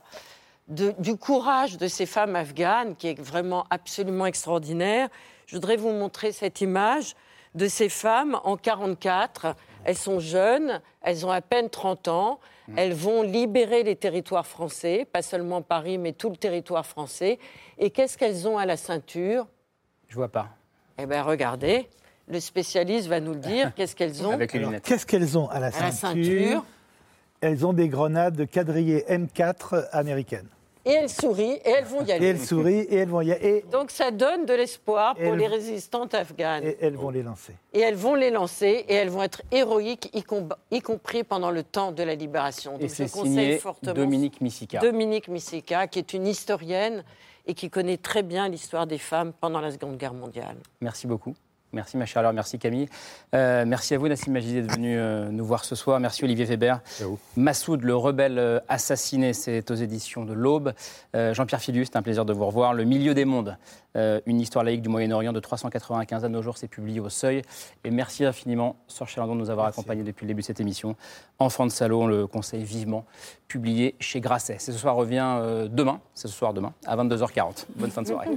B: du courage de ces femmes afghanes, qui est vraiment absolument extraordinaire, je voudrais vous montrer cette image de ces femmes en 1944. Elles sont jeunes, elles ont à peine 30 ans. Elles vont libérer les territoires français, pas seulement Paris, mais tout le territoire français. Et qu'est-ce qu'elles ont à la ceinture ?
A: Je vois pas.
B: Eh bien, regardez, le spécialiste va nous le dire. Qu'est-ce qu'elles ont ?
A: Avec les lunettes.
C: Qu'est-ce qu'elles ont à la ceinture ? Elles ont des grenades de quadrillé M4 américaines.
B: Et elles sourient et elles vont y aller.
C: Et elles sourient et elles vont y aller.
B: Donc ça donne de l'espoir pour les résistantes afghanes.
C: Et elles vont les lancer.
B: Et elles vont les lancer et elles vont être héroïques, y compris pendant le temps de la libération. Donc
A: et c'est signé Dominique Missika.
B: Dominique Missika, qui est une historienne et qui connaît très bien l'histoire des femmes pendant la Seconde Guerre mondiale.
A: Merci beaucoup. Merci ma chère Laure, merci Camille. Merci à vous Nassim Majidi d'être venu nous voir ce soir. Merci Olivier Weber. Massoud, le rebelle assassiné, c'est aux éditions de l'Aube. Jean-Pierre Filius, c'est un plaisir de vous revoir. Le milieu des mondes, une histoire laïque du Moyen-Orient de 395 à nos jours, c'est publié au Seuil. Et merci infiniment, Sœur Chalandon, de nous avoir accompagnés depuis le début de cette émission. Enfants de salaud, on le conseille vivement, publié chez Grasset. Ce soir revient demain, c'est ce soir demain, à 22h40. Bonne fin de soirée.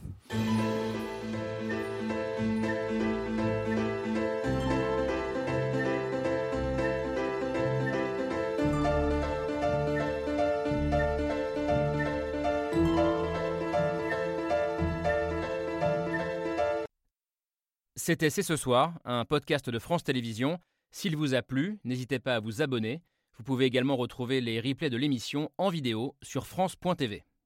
Q: C'était C'est ce soir, un podcast de France Télévisions. S'il vous a plu, n'hésitez pas à vous abonner. Vous pouvez également retrouver les replays de l'émission en vidéo sur France.tv.